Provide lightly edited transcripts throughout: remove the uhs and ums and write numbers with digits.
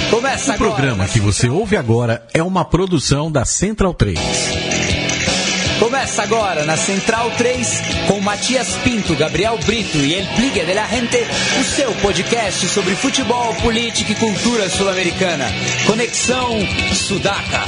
Começa agora. O programa que você ouve agora é uma produção da Central 3. Começa agora na Central 3 com Matias Pinto, Gabriel Brito e El Pligue de la Gente, o seu podcast sobre futebol, política e cultura sul-americana. Conexão Sudaca.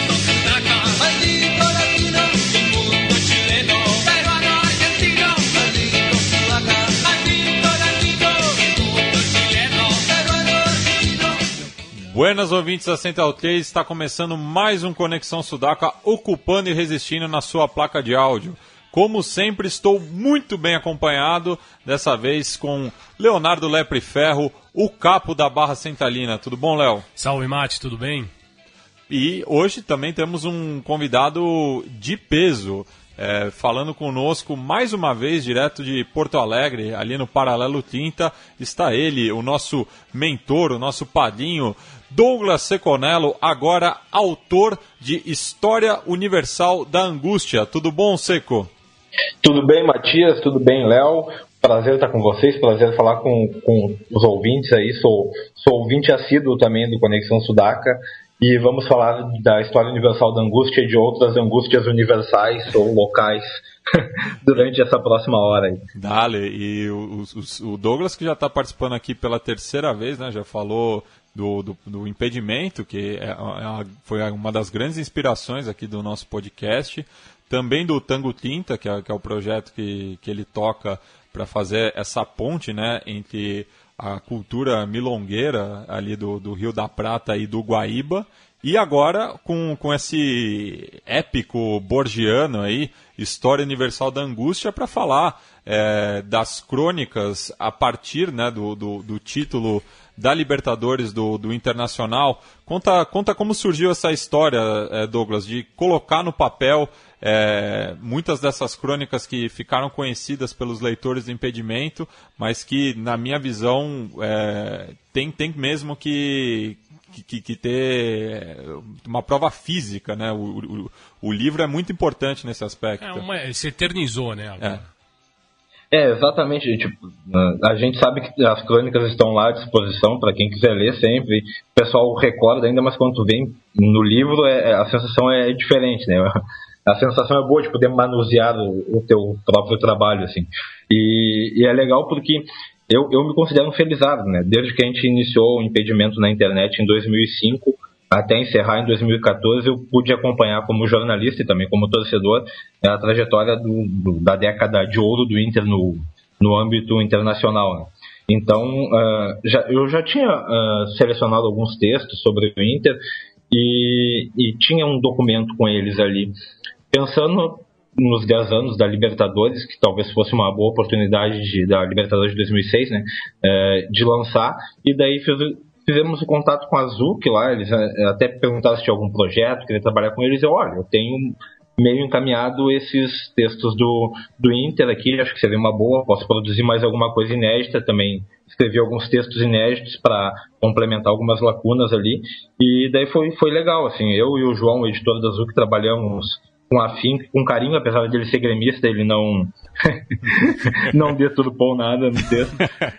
Buenas ouvintes da Central 3, está começando mais um Conexão Sudaca, ocupando e resistindo na sua placa de áudio. Como sempre, estou muito bem acompanhado, dessa vez com Leonardo Lepre Ferro, o capo da Barra Centralina. Tudo bom, Léo? Salve, Mate, tudo bem? E hoje também temos um convidado de peso, falando conosco mais uma vez, direto de Porto Alegre, ali no Paralelo 30, está ele, o nosso mentor, o nosso padrinho, Douglas Seconello, agora autor de História Universal da Angústia. Tudo bom, Seco? Tudo bem, Matias, tudo bem, Léo. Prazer estar com vocês, prazer falar com os ouvintes aí. Sou ouvinte assíduo também do Conexão Sudaca. E vamos falar da História Universal da Angústia e de outras angústias universais ou locais durante essa próxima hora aí. Dale, e o Douglas, que já está participando aqui pela terceira vez, né, já falou do impedimento, que foi uma das grandes inspirações aqui do nosso podcast, também do Tango Tinta, que é o projeto que ele toca para fazer essa ponte, né, entre a cultura milongueira ali do Rio da Prata e do Guaíba, e agora com esse épico borgiano aí, História Universal da Angústia, para falar das crônicas a partir, né, do título da Libertadores do Internacional. Conta como surgiu essa história, Douglas, de colocar no papel muitas dessas crônicas que ficaram conhecidas pelos leitores do Impedimento, mas que, na minha visão, tem mesmo que ter uma prova física, né? O livro é muito importante nesse aspecto. Se eternizou, né? Agora. Exatamente. Tipo, a gente sabe que as crônicas estão lá à disposição para quem quiser ler sempre. O pessoal recorda ainda, mas quando tu vem no livro, a sensação é diferente, né? A sensação é boa de poder manusear o teu próprio trabalho, assim. E é legal porque eu me considero um felizardo, né? Desde que a gente iniciou o Impedimento na internet em 2005 até encerrar em 2014, eu pude acompanhar como jornalista e também como torcedor a trajetória da década de ouro do Inter no âmbito internacional, né? Então, eu já tinha selecionado alguns textos sobre o Inter e tinha um documento com eles ali. Pensando nos 10 anos da Libertadores, que talvez fosse uma boa oportunidade da Libertadores de 2006, né, de lançar, e daí fizemos o contato com a Zuc lá, eles até perguntaram se tinha algum projeto, queria trabalhar com eles, olha, eu tenho meio encaminhado esses textos do Inter aqui, acho que seria uma boa, posso produzir mais alguma coisa inédita também, escrevi alguns textos inéditos para complementar algumas lacunas ali, e daí foi legal, assim, eu e o João, o editor da Zuc, trabalhamos com afinco, com carinho, apesar de ele ser gremista, ele não deturpou nada no texto.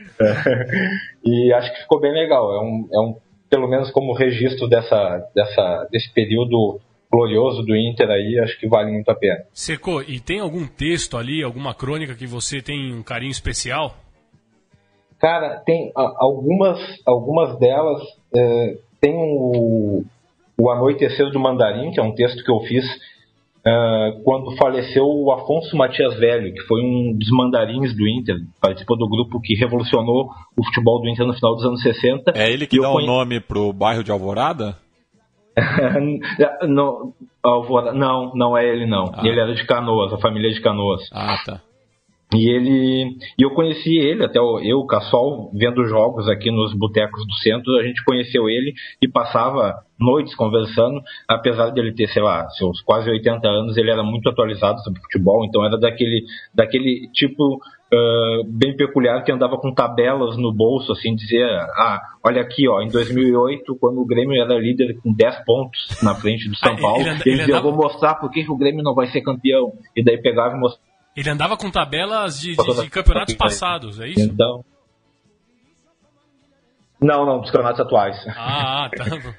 E acho que ficou bem legal. Pelo menos como registro desse período glorioso do Inter aí, acho que vale muito a pena. Seco, e tem algum texto ali, alguma crônica que você tem um carinho especial? Cara, tem algumas delas. Tem o Anoitecer do Mandarim, que é um texto que eu fiz quando faleceu o Afonso Matias Velho, que foi um dos mandarins do Inter, participou do grupo que revolucionou o futebol do Inter no final dos anos 60. É ele que dá o nome pro bairro de Alvorada? Não é ele não. Ele era de Canoas, a família de Canoas. Ah, tá. E eu conheci ele, até eu, Cassol, vendo jogos aqui nos botecos do centro, a gente conheceu ele e passava noites conversando, apesar de ele ter, sei lá, seus quase 80 anos, ele era muito atualizado sobre futebol, então era daquele tipo bem peculiar que andava com tabelas no bolso, assim, dizia, olha aqui, ó, em 2008, quando o Grêmio era líder com 10 pontos na frente do São Paulo, ele dizia, vou mostrar por que o Grêmio não vai ser campeão, e daí pegava e mostrava. Ele andava com tabelas de campeonatos passados, é isso? Então, Não, dos campeonatos atuais. Tá.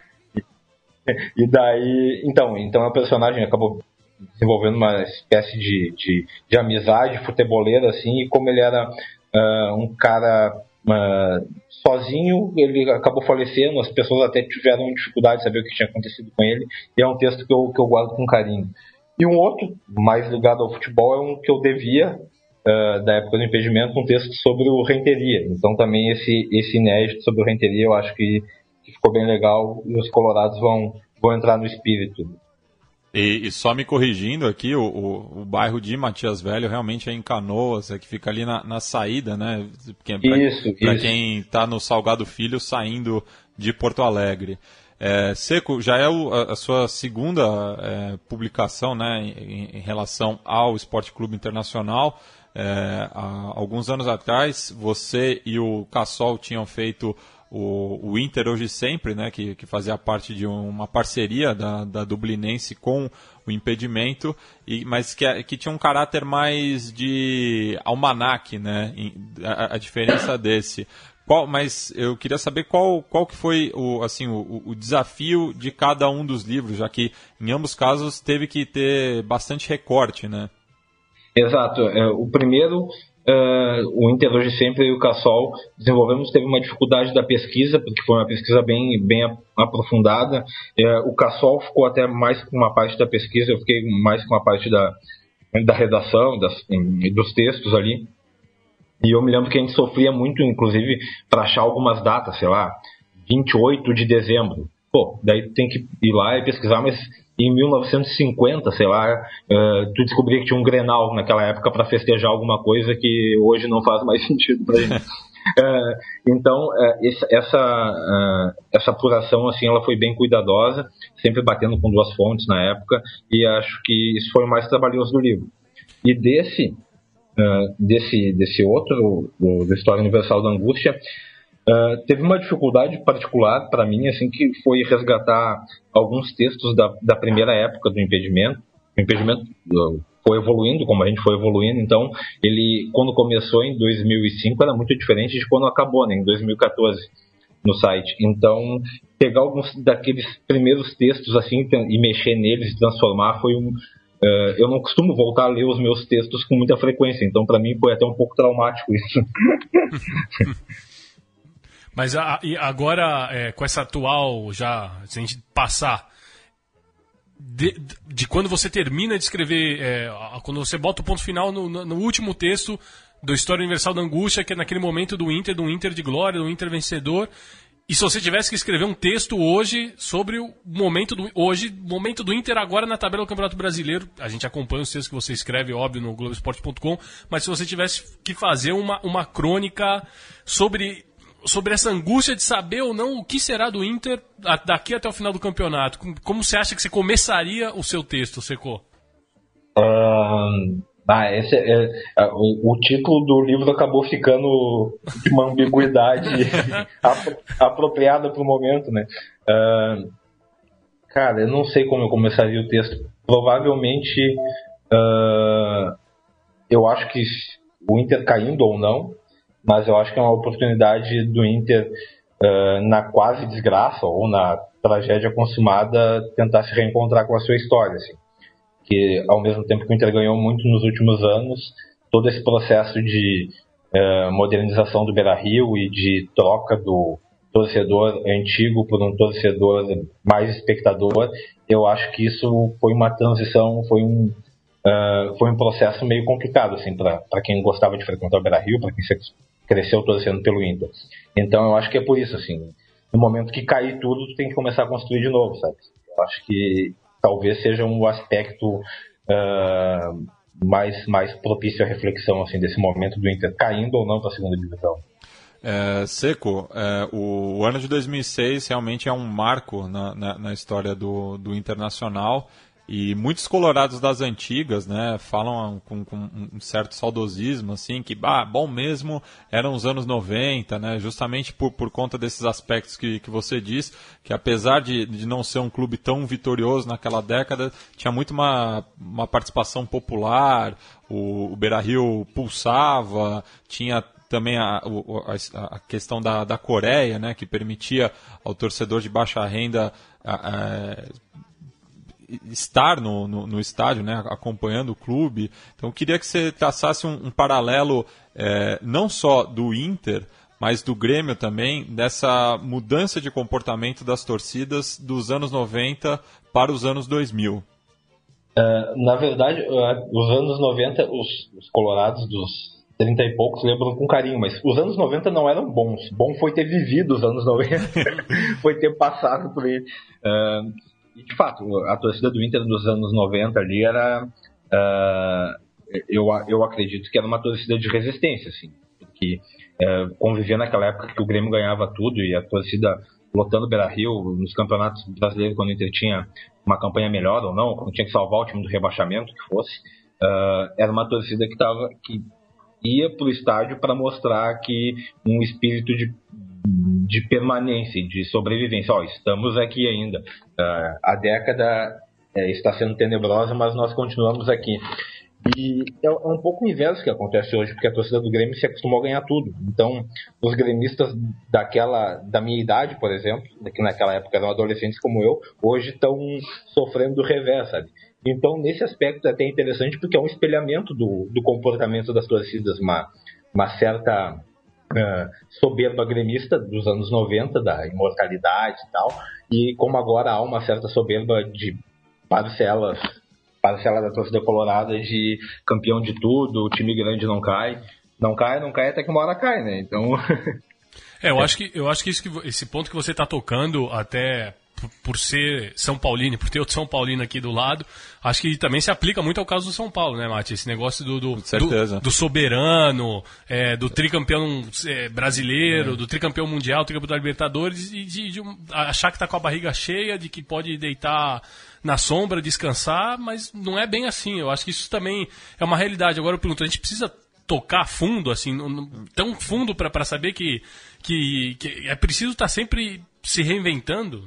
E daí, então o personagem acabou desenvolvendo uma espécie de amizade futeboleira, assim, e como ele era um cara sozinho, ele acabou falecendo, as pessoas até tiveram dificuldade de saber o que tinha acontecido com ele, e é um texto que eu guardo com carinho. E um outro, mais ligado ao futebol, é um que eu devia, da época do Impedimento, um texto sobre o Renteria. Então também esse inédito sobre o Renteria eu acho que ficou bem legal, e os colorados vão entrar no espírito. E só me corrigindo aqui, o bairro de Matias Velho realmente é em Canoas, que fica ali na saída, né? Para quem está no Salgado Filho saindo de Porto Alegre. Seco, já é a sua segunda publicação, né, em relação ao Esporte Clube Internacional. Há alguns anos atrás, você e o Cassol tinham feito o Inter Hoje Sempre, né, que fazia parte de uma parceria da Dublinense com o Impedimento, mas que tinha um caráter mais de almanaque, né, a diferença desse. Mas eu queria saber qual que foi o desafio de cada um dos livros, já que em ambos casos teve que ter bastante recorte, né? Exato. O primeiro, o Inter Hoje Sempre e o Cassol desenvolvemos, teve uma dificuldade da pesquisa, porque foi uma pesquisa bem aprofundada. O Cassol ficou até mais com uma parte da pesquisa, eu fiquei mais com a parte da redação, dos textos ali. E eu me lembro que a gente sofria muito, inclusive, para achar algumas datas, sei lá, 28 de dezembro. Pô, daí tem que ir lá e pesquisar, mas em 1950, sei lá, tu descobria que tinha um Grenal naquela época para festejar alguma coisa que hoje não faz mais sentido pra gente. Então, essa apuração, assim, ela foi bem cuidadosa, sempre batendo com duas fontes na época, e acho que isso foi o mais trabalhoso do livro. E desse outro, da História Universal da Angústia, teve uma dificuldade particular para mim, assim, que foi resgatar alguns textos da primeira época do Impedimento. O Impedimento foi evoluindo, como a gente foi evoluindo, então ele, quando começou em 2005, era muito diferente de quando acabou, né, em 2014, no site. Então, pegar alguns daqueles primeiros textos assim e mexer neles, transformar, foi eu não costumo voltar a ler os meus textos com muita frequência, então para mim foi até um pouco traumático isso. Mas e agora, com essa atual, já, se a gente passar de quando você termina de escrever, quando você bota o ponto final no último texto do História Universal da Angústia, que é naquele momento do Inter de glória, do Inter vencedor, e se você tivesse que escrever um texto hoje sobre o momento do Inter agora na tabela do Campeonato Brasileiro, a gente acompanha os textos que você escreve, óbvio, no Globoesporte.com, mas se você tivesse que fazer uma crônica sobre essa angústia de saber ou não o que será do Inter daqui até o final do campeonato, como você acha que você começaria o seu texto, Secô? O título do livro acabou ficando de uma ambiguidade apropriada para o momento, né? Cara, eu não sei como eu começaria o texto. Provavelmente, eu acho que o Inter caindo ou não, mas eu acho que é uma oportunidade do Inter, na quase desgraça ou na tragédia consumada, tentar se reencontrar com a sua história, assim. Que ao mesmo tempo que o Inter ganhou muito nos últimos anos, todo esse processo de modernização do Beira-Rio e de troca do torcedor antigo por um torcedor mais espectador, eu acho que isso foi uma transição, foi um processo meio complicado, assim, para quem gostava de frequentar o Beira-Rio, para quem cresceu torcendo pelo Inter. Então eu acho que é por isso, assim, no momento que cair tudo, tu tem que começar a construir de novo, sabe? Eu acho que talvez seja um aspecto mais propício à reflexão, assim, desse momento do Inter caindo ou não para a segunda divisão. Seco, o ano de 2006 realmente é um marco na história do Internacional, e muitos colorados das antigas, né, falam com um certo saudosismo, assim, que bom mesmo eram os anos 90, né, justamente por conta desses aspectos que você diz, que apesar de não ser um clube tão vitorioso naquela década, tinha muito uma participação popular, o Beira-Rio pulsava, tinha também a questão da Coreia, né, que permitia ao torcedor de baixa renda estar no estádio, né, acompanhando o clube. Então eu queria que você traçasse um paralelo não só do Inter, mas do Grêmio também, dessa mudança de comportamento das torcidas dos anos 90 para os anos 2000. Na verdade, os anos 90, os colorados dos 30 e poucos lembram com carinho, mas os anos 90 não eram bons. Bom foi ter vivido os anos 90, foi ter passado por ele. E de fato, a torcida do Inter dos anos 90 ali era... eu acredito que era uma torcida de resistência, assim, porque convivia naquela época que o Grêmio ganhava tudo e a torcida lotando o Beira-Rio nos campeonatos brasileiros, quando o Inter tinha uma campanha melhor ou não, quando tinha que salvar o time do rebaixamento, que fosse, era uma torcida que ia para o estádio para mostrar que um espírito de permanência, de sobrevivência. Estamos aqui ainda. A década está sendo tenebrosa, mas nós continuamos aqui. E é um pouco o inverso que acontece hoje, porque a torcida do Grêmio se acostumou a ganhar tudo. Então, os gremistas da minha idade, por exemplo, que naquela época eram adolescentes como eu, hoje estão sofrendo do revés, sabe? Então, nesse aspecto é até interessante, porque é um espelhamento do comportamento das torcidas, uma certa soberba gremista dos anos 90, da imortalidade e tal, e como agora há uma certa soberba de parcela da torcida colorada de campeão de tudo, o time grande não cai, até que uma hora cai, né? Então... eu acho que esse ponto que você está tocando, até por ser São Paulino, por ter outro São Paulino aqui do lado, acho que também se aplica muito ao caso do São Paulo, né, Mati? Esse negócio do soberano, do tricampeão brasileiro, do tricampeão mundial, tricampeão da Libertadores, e de achar que está com a barriga cheia, de que pode deitar na sombra, descansar, mas não é bem assim. Eu acho que isso também é uma realidade. Agora eu pergunto, a gente precisa tocar fundo, assim, tão fundo para saber que é preciso estar sempre se reinventando?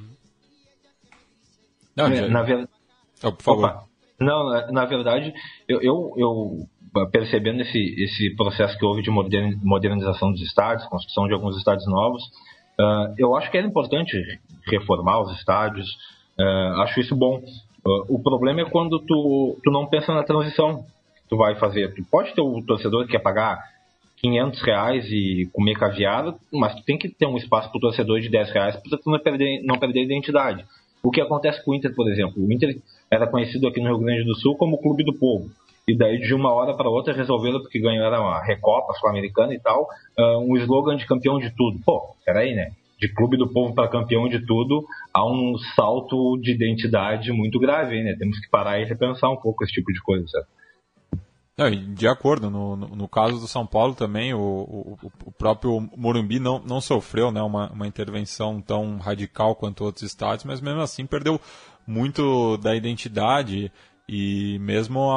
Não, por favor. Opa. Não, na verdade, eu percebendo esse processo que houve de modernização dos estádios, construção de alguns estádios novos, eu acho que era importante reformar os estádios, acho isso bom. O problema é quando tu não pensa na transição que tu vai fazer. Tu pode ter o torcedor que quer pagar R$500 e comer caviar, mas tu tem que ter um espaço para o torcedor de R$10 para tu não perder a identidade. O que acontece com o Inter, por exemplo? O Inter era conhecido aqui no Rio Grande do Sul como o Clube do Povo. E daí, de uma hora para outra, resolveram, porque ganharam a Recopa Sul-Americana e tal, um slogan de campeão de tudo. Pô, peraí, né? De Clube do Povo para campeão de tudo, há um salto de identidade muito grave, né? Temos que parar e repensar um pouco esse tipo de coisa, certo? De acordo, no caso do São Paulo também, o próprio Morumbi não sofreu, né, uma intervenção tão radical quanto outros estádios, mas mesmo assim perdeu muito da identidade e mesmo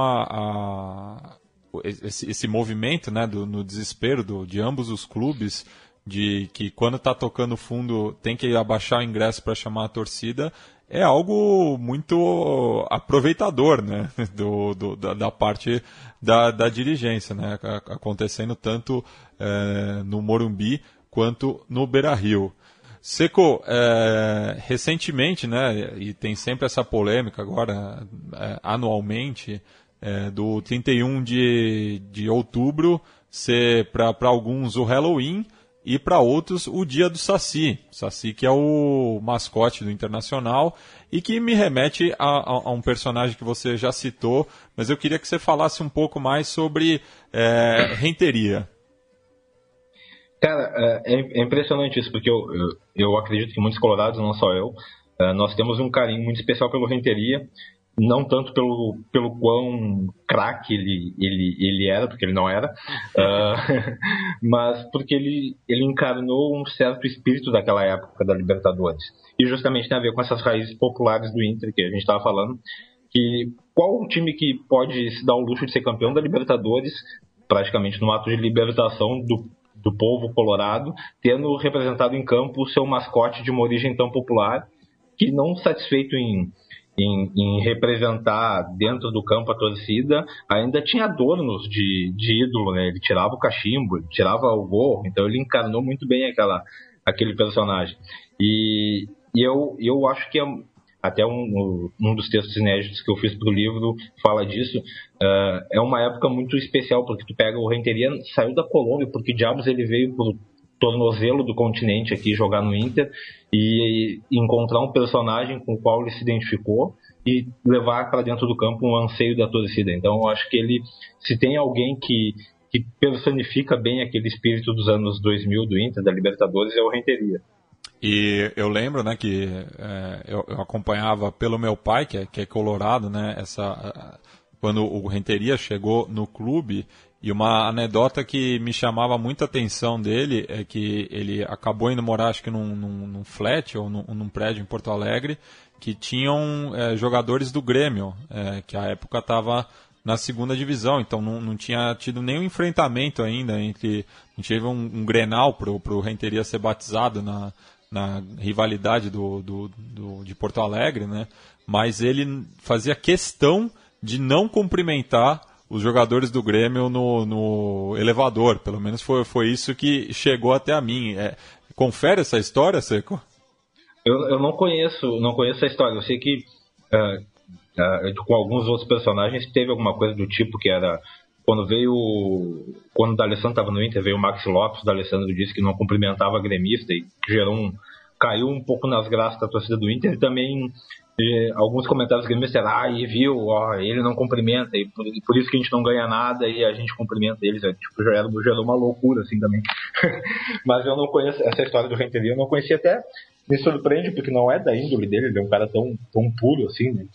esse movimento, né, no desespero de ambos os clubes, de que quando está tocando fundo tem que abaixar o ingresso para chamar a torcida, é algo muito aproveitador, né, da parte da dirigência, né, acontecendo tanto no Morumbi quanto no Beira-Rio. Seco, recentemente, né, e tem sempre essa polêmica agora, anualmente, do 31 de outubro ser para alguns o Halloween, e para outros o dia do Saci. Saci, que é o mascote do Internacional e que me remete a um personagem que você já citou, mas eu queria que você falasse um pouco mais sobre renteria. Cara, é impressionante isso, porque eu acredito que muitos colorados, não só eu, nós temos um carinho muito especial pelo renteria, não tanto pelo quão craque ele era, porque ele não era, mas porque ele encarnou um certo espírito daquela época da Libertadores. E justamente tem a ver com essas raízes populares do Inter que a gente estava falando, que qual o time que pode se dar o luxo de ser campeão da Libertadores, praticamente no ato de libertação do povo colorado, tendo representado em campo o seu mascote de uma origem tão popular, que não satisfeito em em representar dentro do campo a torcida, ainda tinha adornos de ídolo, né? Ele tirava o cachimbo, ele tirava o gorro, então ele encarnou muito bem aquele personagem. E eu acho que até um dos textos inéditos que eu fiz para o livro fala disso. É uma época muito especial, porque tu pega o Renteria, saiu da Colômbia, porque diabos ele veio pro tornozelo do continente aqui jogar no Inter e encontrar um personagem com o qual ele se identificou e levar para dentro do campo um anseio da torcida. Então eu acho que se tem alguém que personifica bem aquele espírito dos anos 2000 do Inter, da Libertadores, é o Renteria. E eu lembro, né, que eu acompanhava pelo meu pai, que é colorado, né, quando o Renteria chegou no clube. E uma anedota que me chamava muita atenção dele é que ele acabou indo morar, acho que num flat ou num prédio em Porto Alegre, que tinham jogadores do Grêmio, que à época estava na segunda divisão, então não tinha tido nenhum enfrentamento ainda não teve um Grenal para o Renteria ser batizado na rivalidade de Porto Alegre, né? Mas ele fazia questão de não cumprimentar os jogadores do Grêmio no elevador. Pelo menos foi isso que chegou até a mim. Confere essa história, Seco? Eu não conheço essa história. Eu sei que com alguns outros personagens teve alguma coisa do tipo que era... Quando o D'Alessandro estava no Inter, veio o Maxi Lopes, o D'Alessandro disse que não cumprimentava a gremista e caiu um pouco nas graças da torcida do Inter. E também alguns comentários gremistas eram, ele não cumprimenta, e por isso que a gente não ganha nada e a gente cumprimenta eles. Gerou uma loucura assim também. Mas eu não conheço essa história do Renteria, eu não conhecia, até me surpreende, porque não é da índole dele, ele é um cara tão puro assim, né?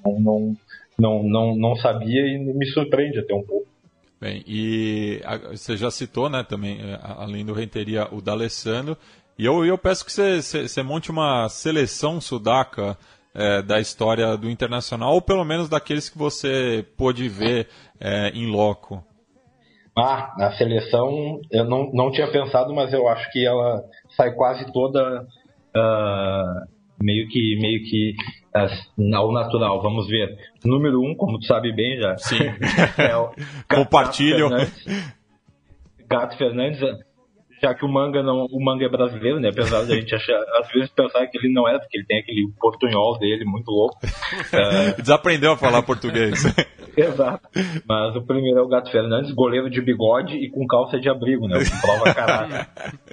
Não sabia e me surpreende até um pouco. Bem, e você já citou, né, também, além do Renteria, o D'Alessandro, e eu peço que você monte uma seleção sudaca da história do Internacional, ou pelo menos daqueles que você pôde ver em loco. A seleção, eu não tinha pensado, mas eu acho que ela sai quase toda meio que ao natural. Vamos ver. Número 1, como tu sabe bem já. Sim. Compartilho. Gato Fernandes, já que o Manga é brasileiro, né? Apesar de a gente às vezes pensar que ele não é, porque ele tem aquele portunhol dele muito louco. Desaprendeu a falar português. Exato. Mas o primeiro é o Gato Fernandes, goleiro de bigode e com calça de abrigo, né? Prova caralho.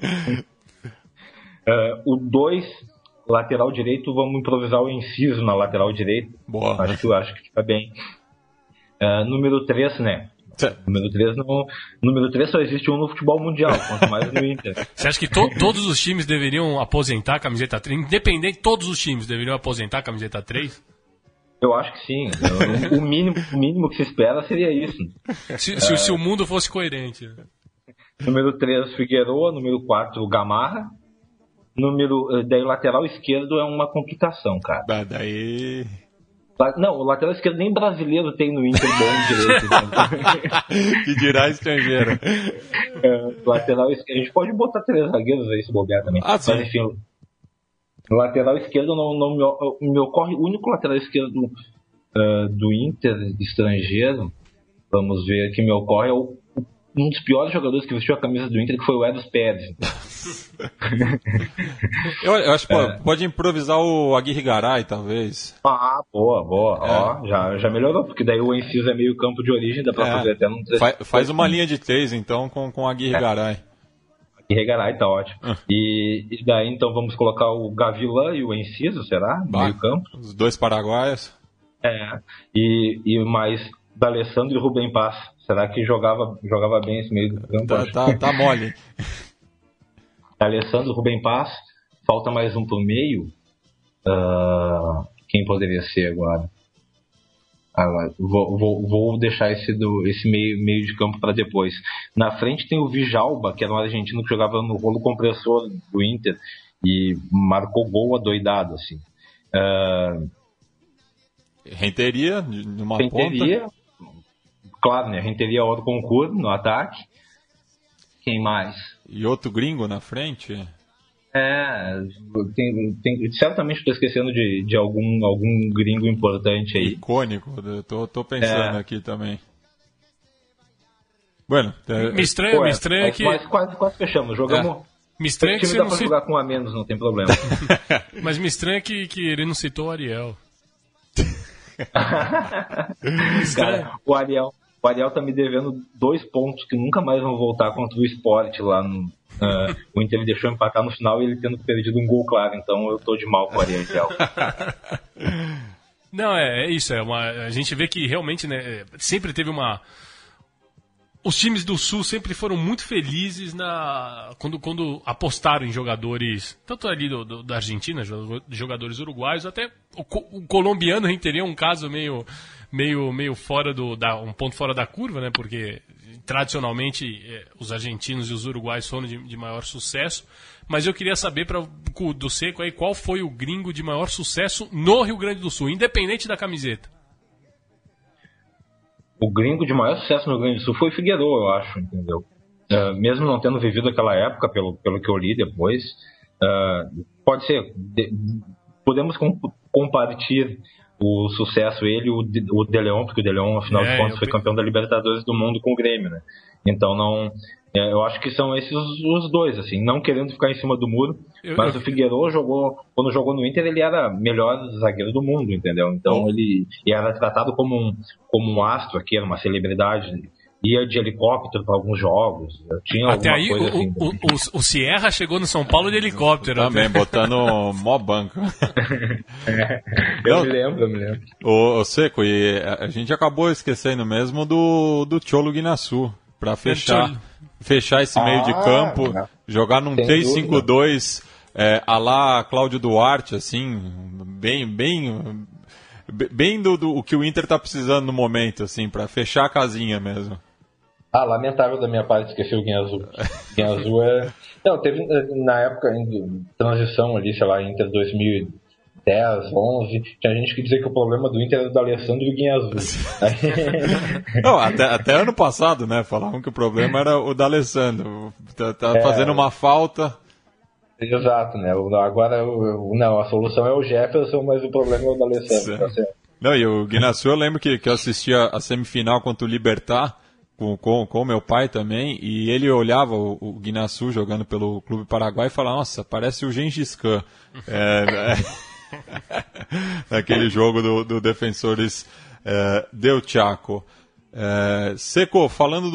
O 2, lateral direito, vamos improvisar o Enciso na lateral direita. Boa. Acho que fica bem. Número 3, né? Número 3 só existe um no futebol mundial, quanto mais no Inter. Você acha que todos os times deveriam aposentar a camiseta 3? Independente, todos os times deveriam aposentar a camiseta 3? Eu acho que sim. O mínimo que se espera seria isso. Se o mundo fosse coerente. Número 3, Figueroa. Número 4, Gamarra. Daí o lateral esquerdo é uma complicação, cara. Daí... Não, o lateral esquerdo nem brasileiro tem no Inter bom direito. Que dirá estrangeiro. Lateral esquerdo, a gente pode botar 3 zagueiros aí se bobear também. Mas enfim, lateral esquerdo não me ocorre. O único lateral esquerdo do Inter estrangeiro, vamos ver, que me ocorre é um dos piores jogadores que vestiu a camisa do Inter, que foi o Eros Pérez. Eu acho que pode improvisar o Aguirre Garay, talvez. Boa. Já melhorou, porque daí o Enciso é meio campo de origem, dá pra fazer até num... Faz uma linha de 3, então, com o Aguirre Garay. Aguirre Garay tá ótimo. E daí, então, vamos colocar o Gavilã e o Enciso, será? No meio campo. Os 2 paraguaios. E mais D'Alessandro e Rubem Paz. Será que jogava bem esse meio do campo? Tá mole. D'Alessandro, Rubem Paz. Falta mais um pro meio. Quem poderia ser agora? Vou deixar esse meio de campo para depois. Na frente tem o Vijalba, que era um argentino que jogava no rolo compressor do Inter e marcou gol adoidado, assim. Renteria, numa ponta. Claro, né? Renteria, Oro Concurso no ataque. Quem mais? E outro gringo na frente? Certamente estou esquecendo de algum gringo importante aí. Icônico, eu tô pensando aqui também. Bueno, me estranha que... Mas quase fechamos, jogamos... Me estranha que você não jogar com a menos, não tem problema. Mas me estranha que ele não citou o Ariel. Cara, o Ariel tá me devendo 2 pontos que nunca mais vão voltar contra o Sport lá no... o Inter me deixou empatar no final e ele tendo perdido um gol claro, então eu tô de mal com o Ariel. Não, é isso, a gente vê que realmente, né, sempre teve uma... Os times do Sul sempre foram muito felizes quando apostaram em jogadores, tanto ali da Argentina, jogadores uruguaios, até o colombiano a gente teria um caso meio fora um ponto fora da curva, né? Porque tradicionalmente os argentinos e os uruguaios foram de maior sucesso. Mas eu queria saber do Seco aí qual foi o gringo de maior sucesso no Rio Grande do Sul, independente da camiseta. O gringo de maior sucesso no Rio Grande do Sul foi o Figueiredo, eu acho, entendeu? Mesmo não tendo vivido aquela época, pelo que eu li depois, pode ser, podemos compartilhar o sucesso ele e o De Leon, porque o De Leon, afinal de contas, foi campeão da Libertadores do Mundo com o Grêmio, né? Então não... eu acho que são esses os dois, assim, não querendo ficar em cima do muro, mas o Figueiredo quando jogou no Inter, ele era melhor zagueiro do mundo, entendeu? Então ele era tratado como um astro aqui, era uma celebridade, ia de helicóptero para alguns jogos, tinha até aí coisa assim. O Sierra chegou no São Paulo de helicóptero. Também, botando mó banco. Eu me lembro. Ô Seco, e a gente acabou esquecendo mesmo do Cholo Guinaçu, para fechar esse meio de campo, jogar num 3-5-2 a lá Cláudio Duarte, assim, bem do que o Inter tá precisando no momento, assim, para fechar a casinha mesmo. Lamentável da minha parte esquecer o Guinha-Azul. Guinha-Azul Não, teve na época de transição ali, sei lá, Inter 2010, 11, tinha gente que dizia que o problema do Inter era do Alessandro e o Guinha-Azul. Não, até ano passado, né? Falavam que o problema era o da Alessandro. Tá fazendo uma falta. Exato, né? Agora, não, a solução é o Jefferson, mas o problema é o da Alessandro. Tá certo. Não, e o Guinaçu, eu lembro que eu assistia a semifinal contra o Libertad com meu pai também, e ele olhava o Guinaçu jogando pelo Clube Paraguai e falava, nossa, parece o Gengis Khan. Naquele jogo do Defensores del Chaco. Seco, falando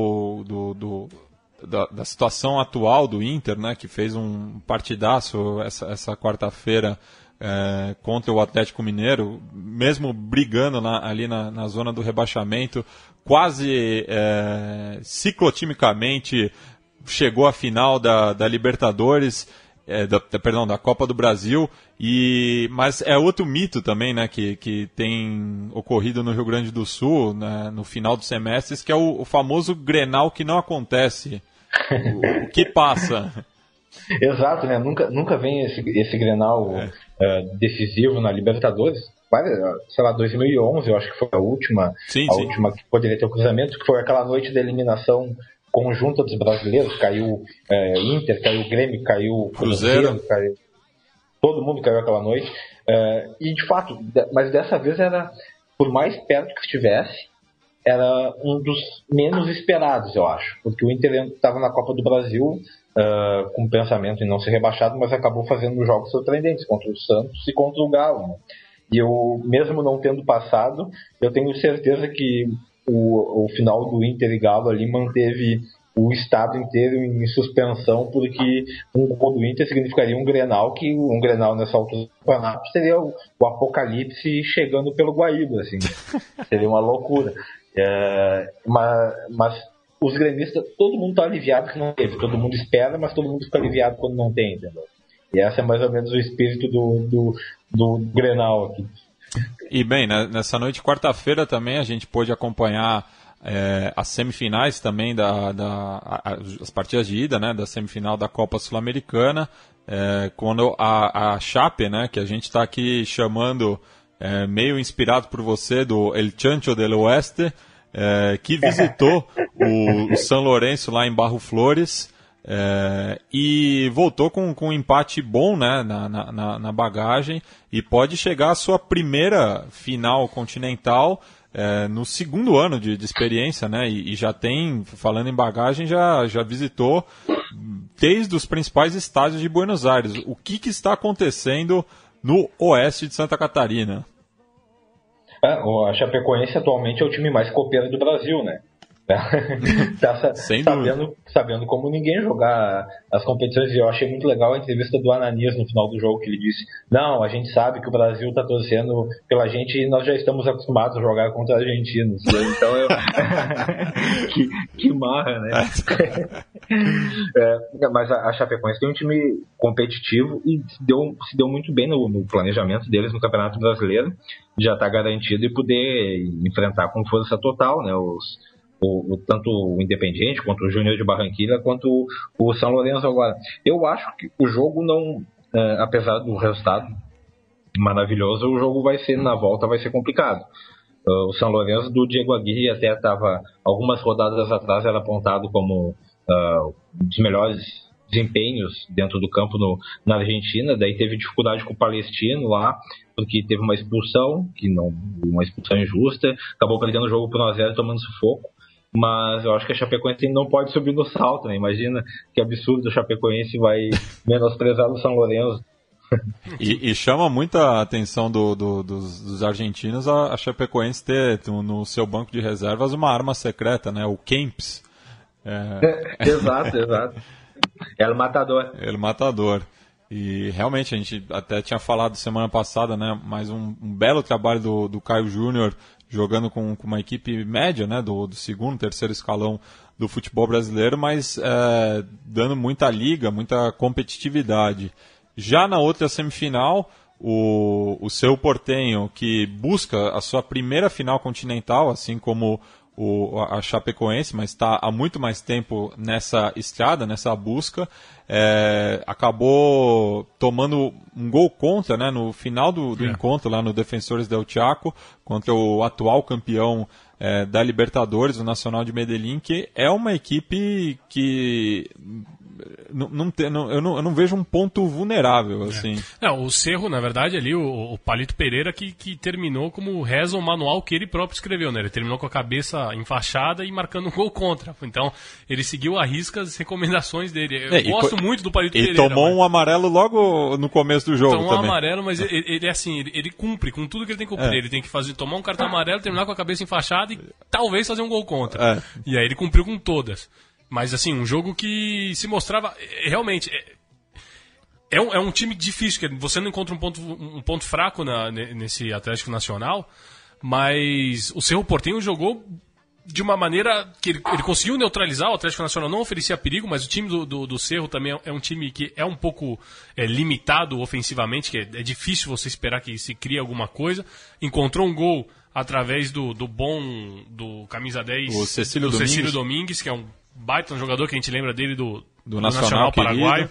da situação atual do Inter, né, que fez um partidaço essa quarta-feira contra o Atlético Mineiro, mesmo brigando ali na zona do rebaixamento, quase ciclotimicamente chegou à final da Libertadores, da Copa do Brasil, mas é outro mito também, né, que tem ocorrido no Rio Grande do Sul, né, no final dos semestres, que é o famoso Grenal que não acontece. O que passa? Exato, né? Nunca vem esse Grenal decisivo na Libertadores. Sei lá, 2011, eu acho que foi a última última que poderia ter o cruzamento, que foi aquela noite da eliminação conjunta dos brasileiros. Caiu Inter, caiu Grêmio, caiu Cruzeiro, todo mundo caiu aquela noite. E de fato, mas dessa vez era, por mais perto que estivesse, era um dos menos esperados, eu acho, porque o Inter estava na Copa do Brasil com o pensamento em não ser rebaixado, mas acabou fazendo jogos surpreendentes contra o Santos e contra o Galo, né? E eu, mesmo não tendo passado, eu tenho certeza que o final do Inter e Galo ali manteve o estado inteiro em suspensão, porque um gol do Inter significaria um Grenal, que um Grenal nessa altura do campeonato seria o apocalipse chegando pelo Guaíba, assim. Seria uma loucura. Mas os gremistas, todo mundo está aliviado que não teve, todo mundo espera, mas todo mundo fica aliviado quando não tem, entendeu? E esse é mais ou menos o espírito do Grenal aqui. E bem, nessa noite de quarta-feira também a gente pôde acompanhar as semifinais também, as partidas de ida, né, da semifinal da Copa Sul-Americana, quando a Chape, né, que a gente está aqui chamando, meio inspirado por você, do El Chancho del Oeste, que visitou o São Lourenço lá em Barro Flores, e voltou com um empate bom, né, na bagagem, e pode chegar à sua primeira final continental no segundo ano de experiência, né, e já tem, falando em bagagem, já visitou desde os principais estádios de Buenos Aires. O que está acontecendo no oeste de Santa Catarina? A Chapecoense atualmente é o time mais copeiro do Brasil, né? Tá sabendo como ninguém jogar as competições. E eu achei muito legal a entrevista do Ananias no final do jogo, que ele disse: não, a gente sabe que o Brasil está torcendo pela gente e nós já estamos acostumados a jogar contra argentinos. Então que marra, né? Mas a Chapecoense tem um time competitivo e se deu muito bem no planejamento deles no Campeonato Brasileiro. Já está garantido e poder enfrentar com força total, né, tanto o Independiente, quanto o Júnior de Barranquilla, quanto o São Lourenço agora. Eu acho que o jogo não, apesar do resultado maravilhoso, o jogo na volta vai ser complicado. O São Lourenço do Diego Aguirre até estava, algumas rodadas atrás, era apontado como um dos melhores desempenhos dentro do campo na Argentina. Daí teve dificuldade com o Palestino lá, porque teve uma expulsão, uma expulsão injusta, acabou perdendo o jogo por 1-0 tomando sufoco. Mas eu acho que a Chapecoense não pode subir no salto, né? Imagina que absurdo, a Chapecoense vai menosprezar o São Lourenço. E chama muita atenção dos argentinos a Chapecoense ter no seu banco de reservas uma arma secreta, né? O Kempis. Exato. El Matador. E realmente a gente até tinha falado semana passada, né? Mais um belo trabalho do Caio Júnior, jogando com uma equipe média, né, do segundo, terceiro escalão do futebol brasileiro, mas dando muita liga, muita competitividade. Já na outra semifinal, o Cerro Porteño, que busca a sua primeira final continental, assim como a Chapecoense, mas está há muito mais tempo nessa estrada, nessa busca, acabou tomando um gol contra, né, no final do encontro, lá no Defensores del Chaco, contra o atual campeão da Libertadores, o Nacional de Medellín, que é uma equipe que eu não vejo um ponto vulnerável, assim. O Cerro, na verdade, ali, o Palito Pereira, que terminou como reza o manual que ele próprio escreveu, né? Ele terminou com a cabeça enfaixada e marcando um gol contra. Então, ele seguiu à risca as recomendações dele. Eu gosto muito do Palito Pereira. E tomou um amarelo logo no começo do jogo também. Tomou um amarelo, mas ele assim, ele cumpre com tudo que ele tem que cumprir. Ele tem que tomar um cartão amarelo, terminar com a cabeça enfaixada e talvez fazer um gol contra. E aí ele cumpriu com todas. Mas, assim, um jogo que se mostrava... Realmente, é um time difícil, que você não encontra um ponto fraco nesse Atlético Nacional, mas o Cerro Porteño jogou de uma maneira que ele conseguiu neutralizar. O Atlético Nacional não oferecia perigo, mas o time do Cerro também é um time que é um pouco limitado ofensivamente, que é difícil você esperar que se crie alguma coisa. Encontrou um gol através do camisa 10, o Cecílio Domingues, que é um baita um jogador que a gente lembra dele do Nacional Paraguaio.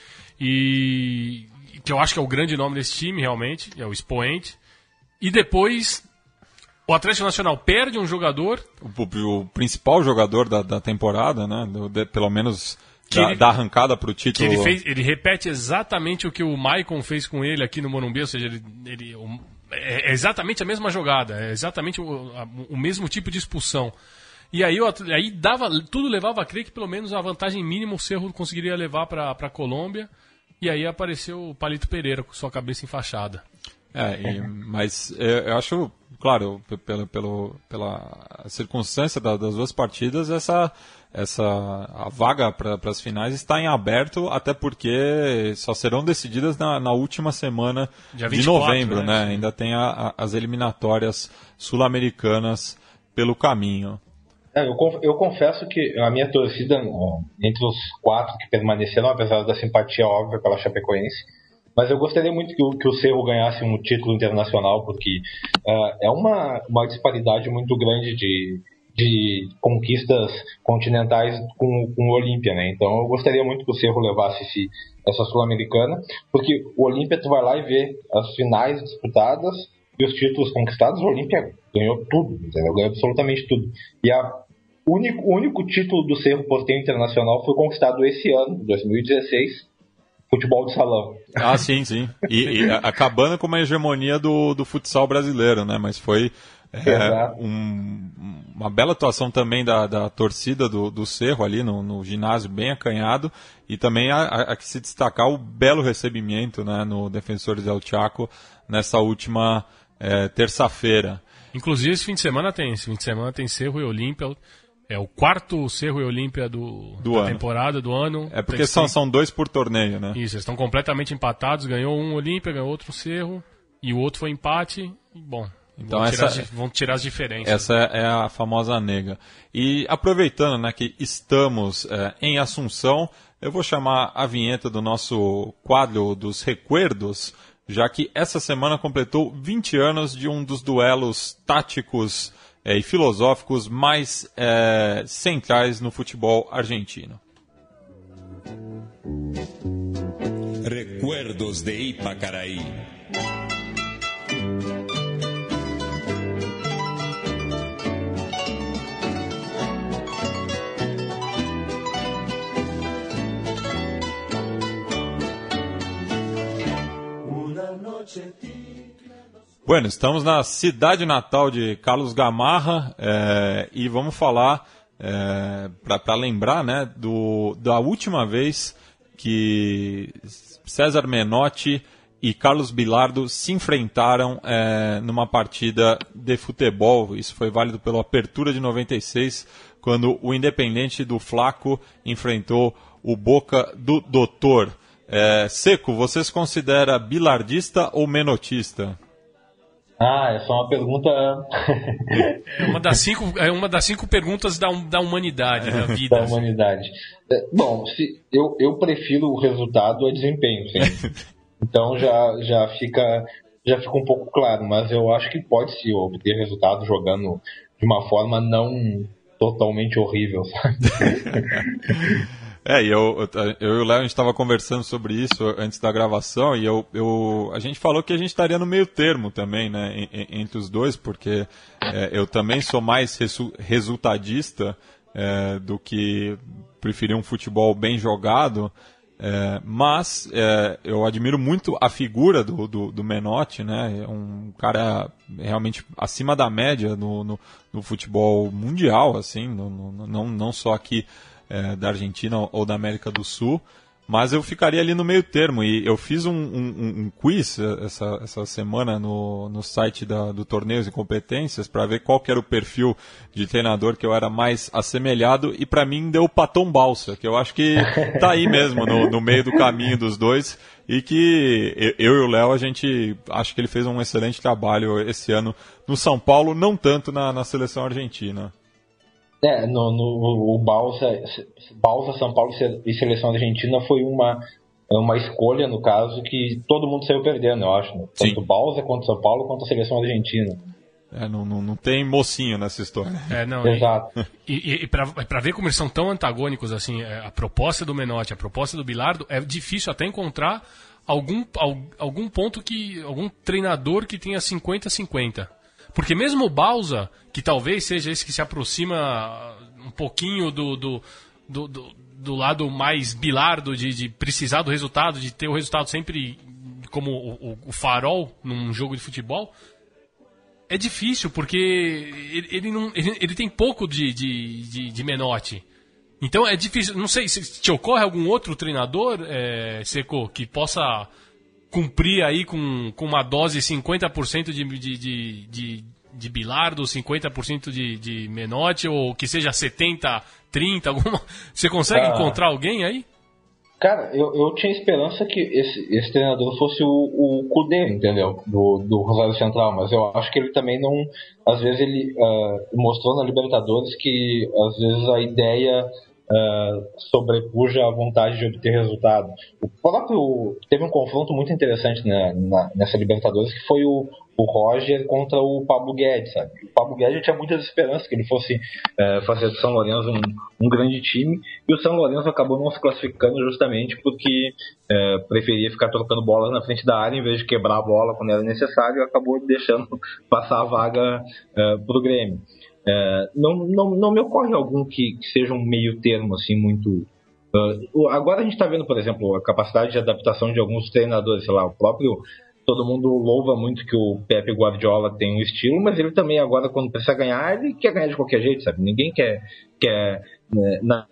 E que eu acho que é o grande nome desse time, realmente, é o expoente. E depois, o Atlético Nacional perde um jogador. O principal jogador da temporada, né? Pelo menos da arrancada para o título. Que ele repete exatamente o que o Maicon fez com ele aqui no Morumbi, ou seja, é exatamente a mesma jogada, é exatamente o mesmo tipo de expulsão. E aí tudo levava a crer que pelo menos a vantagem mínima o Cerro conseguiria levar para a Colômbia. E aí apareceu o Palito Pereira com sua cabeça enfaixada. Mas eu acho, claro, pela circunstância das duas partidas, a vaga para as finais está em aberto, até porque só serão decididas na última semana de 24, novembro, né? Ainda tem as eliminatórias sul-americanas pelo caminho. Eu confesso que a minha torcida, entre os 4 que permaneceram, apesar da simpatia óbvia pela Chapecoense, mas eu gostaria muito que o Cerro ganhasse um título internacional, porque é uma disparidade muito grande de conquistas continentais com o Olímpia, né? Então eu gostaria muito que o Cerro levasse essa Sul-Americana, porque o Olímpia, tu vai lá e vê as finais disputadas e os títulos conquistados. O Olímpia ganhou tudo, entendeu? Ganhou absolutamente tudo. E O único título do Cerro Porteño Internacional foi conquistado esse ano, 2016, futebol de salão. Ah, sim. E acabando com uma hegemonia do futsal brasileiro, né? Mas foi uma bela atuação também da torcida do Cerro ali no ginásio, bem acanhado. E também a que se destacar o belo recebimento, né, no Defensores del Chaco nessa última terça-feira. Inclusive esse fim de semana tem Cerro e Olímpia. É o quarto Cerro e Olímpia da ano. temporada, do ano. É porque são 2 por torneio, né? Isso, eles estão completamente empatados. Ganhou um Olímpia, ganhou outro Cerro. E o outro foi empate. Bom, então vão tirar as diferenças. Essa é a famosa nega. E aproveitando, né, que estamos em Assunção, eu vou chamar a vinheta do nosso quadro dos recuerdos, já que essa semana completou 20 anos de um dos duelos táticos e filosóficos mais centrais no futebol argentino. Recuerdos de Ipacaraí. Bueno, estamos na cidade natal de Carlos Gamarra e vamos falar, para lembrar, né, da última vez que César Menotti e Carlos Bilardo se enfrentaram numa partida de futebol. Isso foi válido pela Apertura de 96, quando o Independente do Flaco enfrentou o Boca do Doutor. Seco, você se considera bilardista ou menotista? Essa é uma pergunta... é uma das cinco perguntas da humanidade, da vida. Da humanidade. Bom, eu prefiro o resultado ao desempenho, sim. Então já fica um pouco claro, mas eu acho que pode-se obter resultado jogando de uma forma não totalmente horrível, sabe? Eu e o Léo, a gente estava conversando sobre isso antes da gravação e a gente falou que a gente estaria no meio termo também, né, entre os dois, porque eu também sou mais resultadista do que preferir um futebol bem jogado, mas eu admiro muito a figura do Menotti, né, é um cara realmente acima da média no futebol mundial, assim, não só aqui da Argentina ou da América do Sul, mas eu ficaria ali no meio termo. E eu fiz um quiz essa semana no site do Torneios e Competências para ver qual que era o perfil de treinador que eu era mais assemelhado, e para mim deu o Paton Balsa, que eu acho que tá aí mesmo no meio do caminho dos dois, e que eu e o Léo, a gente acho que ele fez um excelente trabalho esse ano no São Paulo, não tanto na seleção argentina. O Balsa, São Paulo e Seleção Argentina foi uma escolha, no caso, que todo mundo saiu perdendo, eu acho. Né? Tanto o Balsa quanto o São Paulo quanto a Seleção Argentina. Não tem mocinho nessa história. Exato. E para ver como eles são tão antagônicos, assim, a proposta do Menotti, a proposta do Bilardo, é difícil até encontrar algum ponto algum treinador que tenha 50-50. Porque mesmo o Balsa, que talvez seja esse que se aproxima um pouquinho do lado mais Bilardo, de precisar do resultado, de ter o resultado sempre como o farol num jogo de futebol, é difícil, porque ele tem pouco de Menotti. Então é difícil. Não sei, se te ocorre algum outro treinador, Seco, que possa cumprir aí com uma dose 50% de Bilardo, 50% de Menotti, ou que seja 70-30, alguma... Você consegue encontrar alguém aí? Cara, eu tinha esperança que esse treinador fosse o Kudê, entendeu? Do Rosário Central, mas eu acho que ele também não... Às vezes ele mostrou na Libertadores que às vezes a ideia sobrepuja a vontade de obter resultado. Teve um confronto muito interessante nessa Libertadores, que foi o Roger contra o Pablo Guedes, sabe? O Pablo Guedes tinha muitas esperanças que ele fosse fazer do São Lourenço um grande time, e o São Lourenço acabou não se classificando justamente porque preferia ficar trocando bolas na frente da área em vez de quebrar a bola quando era necessário, e acabou deixando passar a vaga pro Grêmio. Não me ocorre algum que seja um meio termo assim muito... agora a gente está vendo, por exemplo, a capacidade de adaptação de alguns treinadores, sei lá, o próprio... Todo mundo louva muito que o Pep Guardiola tem um estilo, mas ele também agora, quando precisa ganhar, ele quer ganhar de qualquer jeito, sabe? Ninguém quer na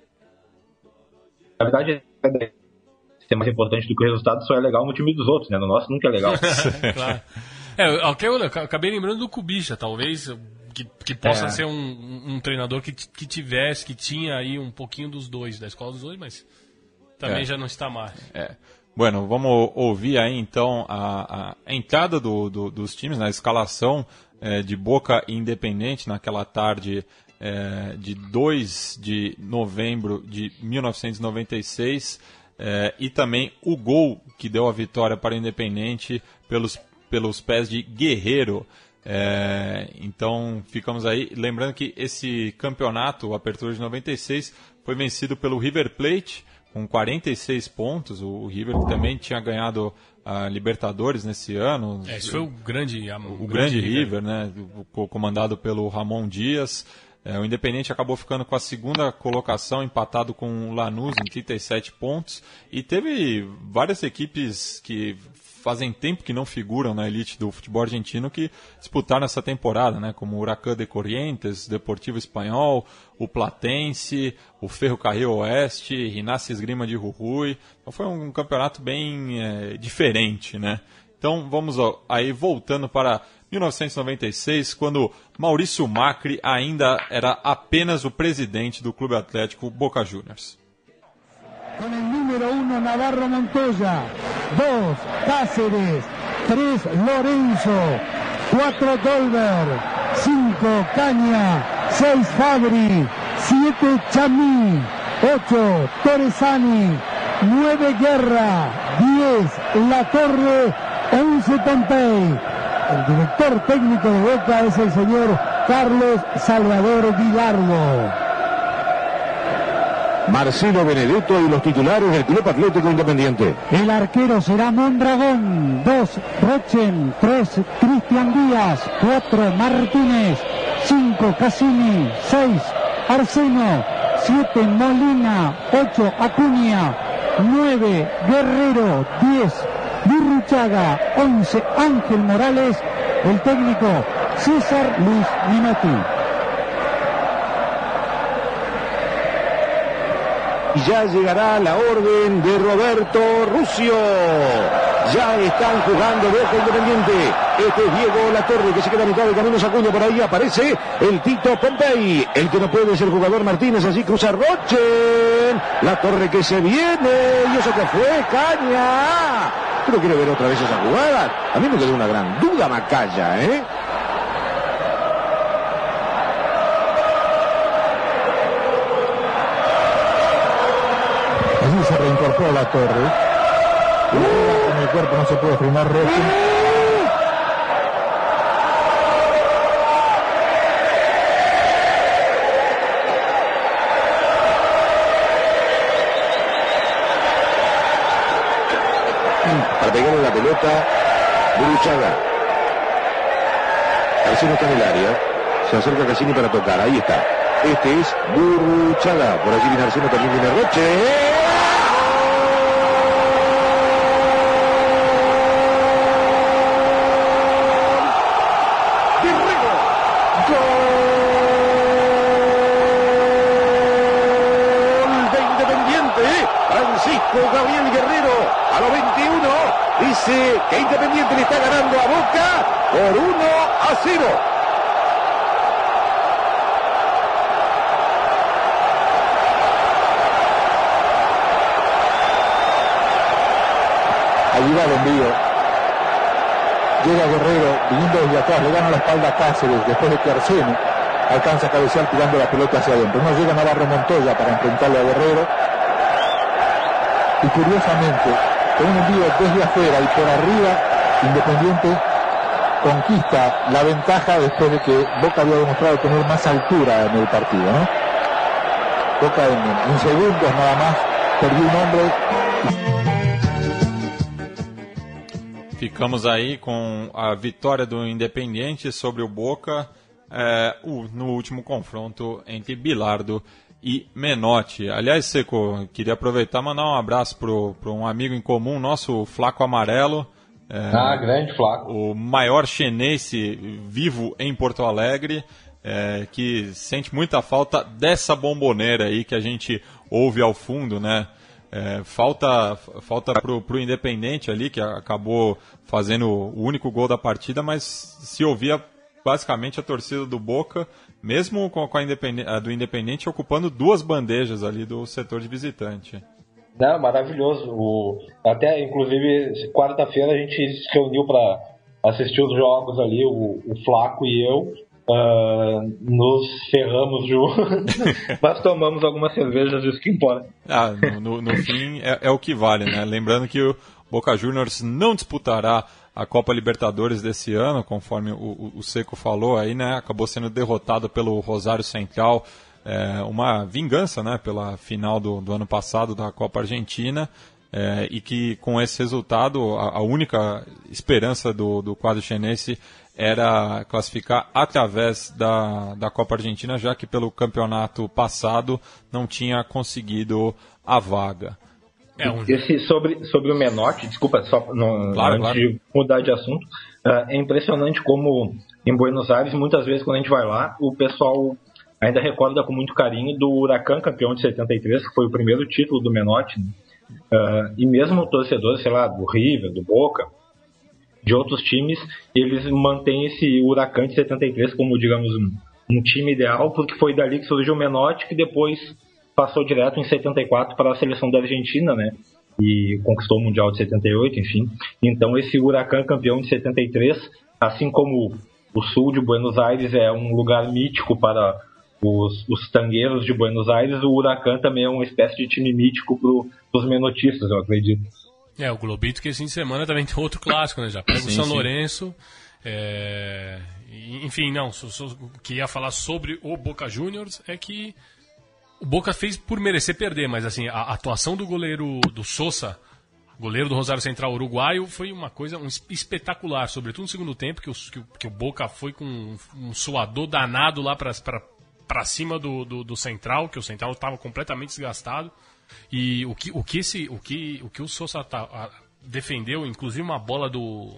verdade, ser mais importante do que o resultado só é legal no time dos outros, né? No nosso nunca é legal. Claro. Eu acabei lembrando do Kubica, talvez, que possa ser um treinador que tinha aí um pouquinho dos dois, da escola dos dois, mas também já não está mais. Bueno, vamos ouvir aí então a entrada dos times, na escalação de Boca e Independente naquela tarde de 2 de novembro de 1996 e também o gol que deu a vitória para o Independente pelos pés de Guerreiro. Então ficamos aí, lembrando que esse campeonato, a Apertura de 96, foi vencido pelo River Plate com 46 pontos, o River que também tinha ganhado a Libertadores nesse ano. Esse foi o grande River, né, comandado pelo Ramon Dias. O Independente acabou ficando com a segunda colocação, empatado com o Lanús em 37 pontos. E teve várias equipes que fazem tempo que não figuram na elite do futebol argentino que disputaram essa temporada, né? Como o Huracán de Corrientes, Deportivo Espanhol, o Platense, o Ferrocarril Oeste, Rinácia Esgrima de Jujuy. Então foi um campeonato bem diferente, né? Então vamos aí voltando para 1996, quando Maurício Macri ainda era apenas o presidente do Clube Atlético Boca Juniors. Con el número 1 Navarro Montoya, 2 Cáceres, 3 Lorenzo, 4 Dolber, 5 Caña, 6 Fabri, 7 Chamí, 8 Torresani, 9 Guerra, 10 La Torre, 11 Pompey. El director técnico de Boca es el señor Carlos Salvador Vilardo. Marcelo Benedetto y los titulares del Club Atlético Independiente. El arquero será Mondragón, 2 Rochen, 3 Cristian Díaz, 4 Martínez, 5 Cassini, 6 Arseno, 7 Molina, 8 Acuña, 9 Guerrero, 10 Burruchaga, 11 Ángel Morales, el técnico César Luis Minotti. Y ya llegará la orden de Roberto Rusio. Ya están jugando Boca Independiente. Este es Diego Latorre, que se queda a mitad del camino. Acuña, por ahí aparece el Tito Pompey. El que no puede es el jugador Martínez. Así cruza Rochen. Latorre que se viene. Y eso que fue Caña. ¿Pero quiere ver otra vez esa jugada? A mí me quedó una gran duda Macaya, ¿eh? Allí se reincorporó La Torre. Con el cuerpo no se puede frenar Rochen. Para pegarle la pelota, Burruchaga. Arseno está en el área. Se acerca Cassini para tocar. Ahí está. Este es Burruchaga. Por allí viene Arseno, también viene Roche. Francisco Gabriel Guerrero a los 21 dice que Independiente le está ganando a Boca por 1-0. Allí va el envío. Llega Guerrero viniendo desde atrás, le gana la espalda a Cáceres después de que Arseno alcanza a cabecear tirando la pelota hacia adentro. No llega Navarro Montoya para enfrentarle a Guerrero. Y curiosamente, con un envío desde afuera y por arriba, Independiente conquista la ventaja después de que Boca había demostrado tener más altura en el partido, ¿no? Boca en segundos nada más perdió un hombre. Ficamos aí com a vitória do Independiente sobre o Boca no último confronto entre Bilardo e Menotti. Aliás, Seco, queria aproveitar e mandar um abraço para um amigo em comum nosso, Flaco Amarelo. Grande Flaco. O maior chenense vivo em Porto Alegre, que sente muita falta dessa bomboneira aí que a gente ouve ao fundo, né? Falta pro Independente ali, que acabou fazendo o único gol da partida, mas se ouvia basicamente a torcida do Boca, mesmo com a do Independente ocupando 2 bandejas ali do setor de visitante. Não, maravilhoso. Até, inclusive, quarta-feira a gente se reuniu para assistir os jogos ali, o Flaco e eu. Nos ferramos juntos, mas tomamos algumas cervejas, isso que importa. No fim é o que vale, né? Lembrando que o Boca Juniors não disputará a Copa Libertadores desse ano, conforme o Seco falou aí, né? Acabou sendo derrotado pelo Rosário Central, uma vingança, né? Pela final do ano passado da Copa Argentina, e que com esse resultado a única esperança do quadro chenense era classificar através da Copa Argentina, já que pelo campeonato passado não tinha conseguido a vaga. Sobre o Menotti, desculpa, só antes de mudar de assunto, é impressionante como em Buenos Aires, muitas vezes quando a gente vai lá, o pessoal ainda recorda com muito carinho do Huracan, campeão de 73, que foi o primeiro título do Menotti, né? E mesmo torcedores, sei lá, do River, do Boca, de outros times, eles mantêm esse Huracan de 73 como, digamos, um time ideal, porque foi dali que surgiu o Menotti, que depois passou direto em 74 para a seleção da Argentina, né? E conquistou o Mundial de 78, enfim. Então esse Huracan campeão de 73, assim como o sul de Buenos Aires é um lugar mítico para os tangueiros de Buenos Aires, o Huracan também é uma espécie de time mítico para os menotistas, eu acredito. O Globito, que esse fim de semana também tem outro clássico, né? Já pega o São Lourenço. Enfim, não. O que ia falar sobre o Boca Juniors é que o Boca fez por merecer perder, mas assim, a atuação do goleiro do Sosa, goleiro do Rosário Central uruguaio, foi uma coisa espetacular, sobretudo no segundo tempo, que o Boca foi com um suador danado lá para cima do Central, que o Central estava completamente desgastado. E o que o Sosa defendeu, inclusive uma bola do...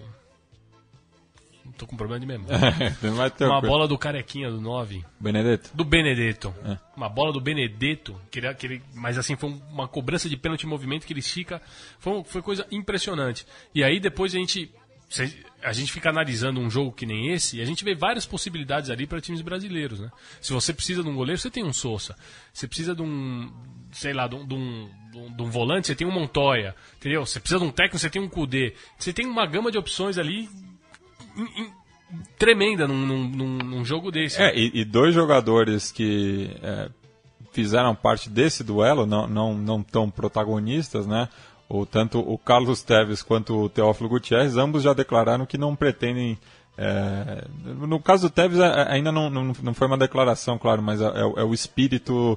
Tô com problema de memória. Uma bola do carequinha do 9. Benedetto. Do Benedetto. Uma bola do Benedetto, mas assim, foi uma cobrança de pênalti em movimento que ele estica. Foi coisa impressionante. E aí depois a gente fica analisando um jogo que nem esse, e a gente vê várias possibilidades ali para times brasileiros, né? Se você precisa de um goleiro, você tem um Sosa. Você precisa de um, sei lá, de um volante, você tem um Montoya, entendeu? Você precisa de um técnico, você tem um Kudê. Você tem uma gama de opções ali tremenda num jogo desse. E 2 jogadores que fizeram parte desse duelo, não tão protagonistas, né? Tanto o Carlos Tevez quanto o Teófilo Gutierrez, ambos já declararam que não pretendem... no caso do Tevez ainda não foi uma declaração, claro, mas é o espírito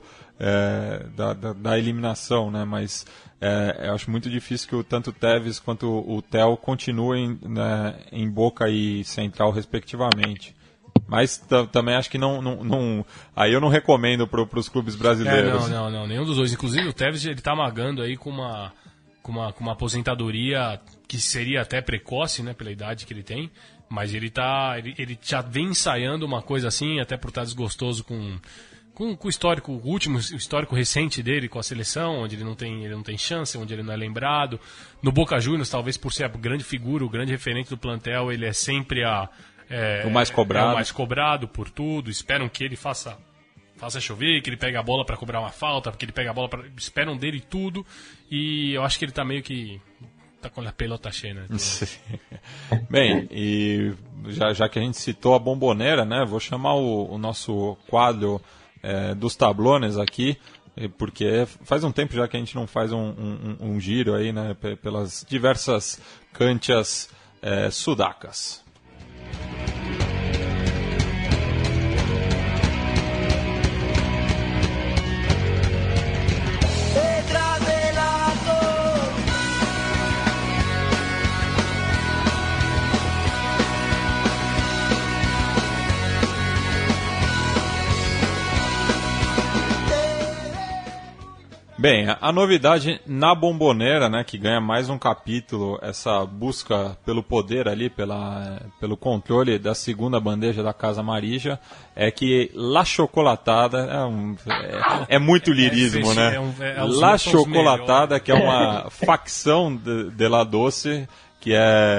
da eliminação, né? Mas eu acho muito difícil que tanto o Tevez quanto o Theo continuem, né, em Boca e Central, respectivamente. Mas também acho que não aí eu não recomendo para os clubes brasileiros. Não, nenhum dos dois. Inclusive o Tevez, ele está amagando aí com uma aposentadoria que seria até precoce, né, pela idade que ele tem, mas ele já vem ensaiando uma coisa assim, até por estar desgostoso com o histórico, o último histórico recente dele com a seleção, onde ele não tem chance, onde ele não é lembrado. No Boca Juniors, talvez por ser a grande figura, o grande referente do plantel, ele é sempre o mais cobrado. O mais cobrado por tudo. Esperam que ele faça chover, que ele pegue a bola para cobrar uma falta, porque ele pega a bola esperam dele tudo, e eu acho que ele tá meio que tá com a pelota cheia, né? Bem, e já que a gente citou a bomboneira, né, vou chamar o nosso quadro dos tablones aqui, porque faz um tempo já que a gente não faz um giro aí, né, pelas diversas canchas sudacas. Bem, a novidade na Bombonera, né, que ganha mais um capítulo, essa busca pelo poder ali, pelo controle da segunda bandeja da Casa Marija, é que La Chocolatada é muito lirismo, né? La Chocolatada, que é uma facção de La Doce, que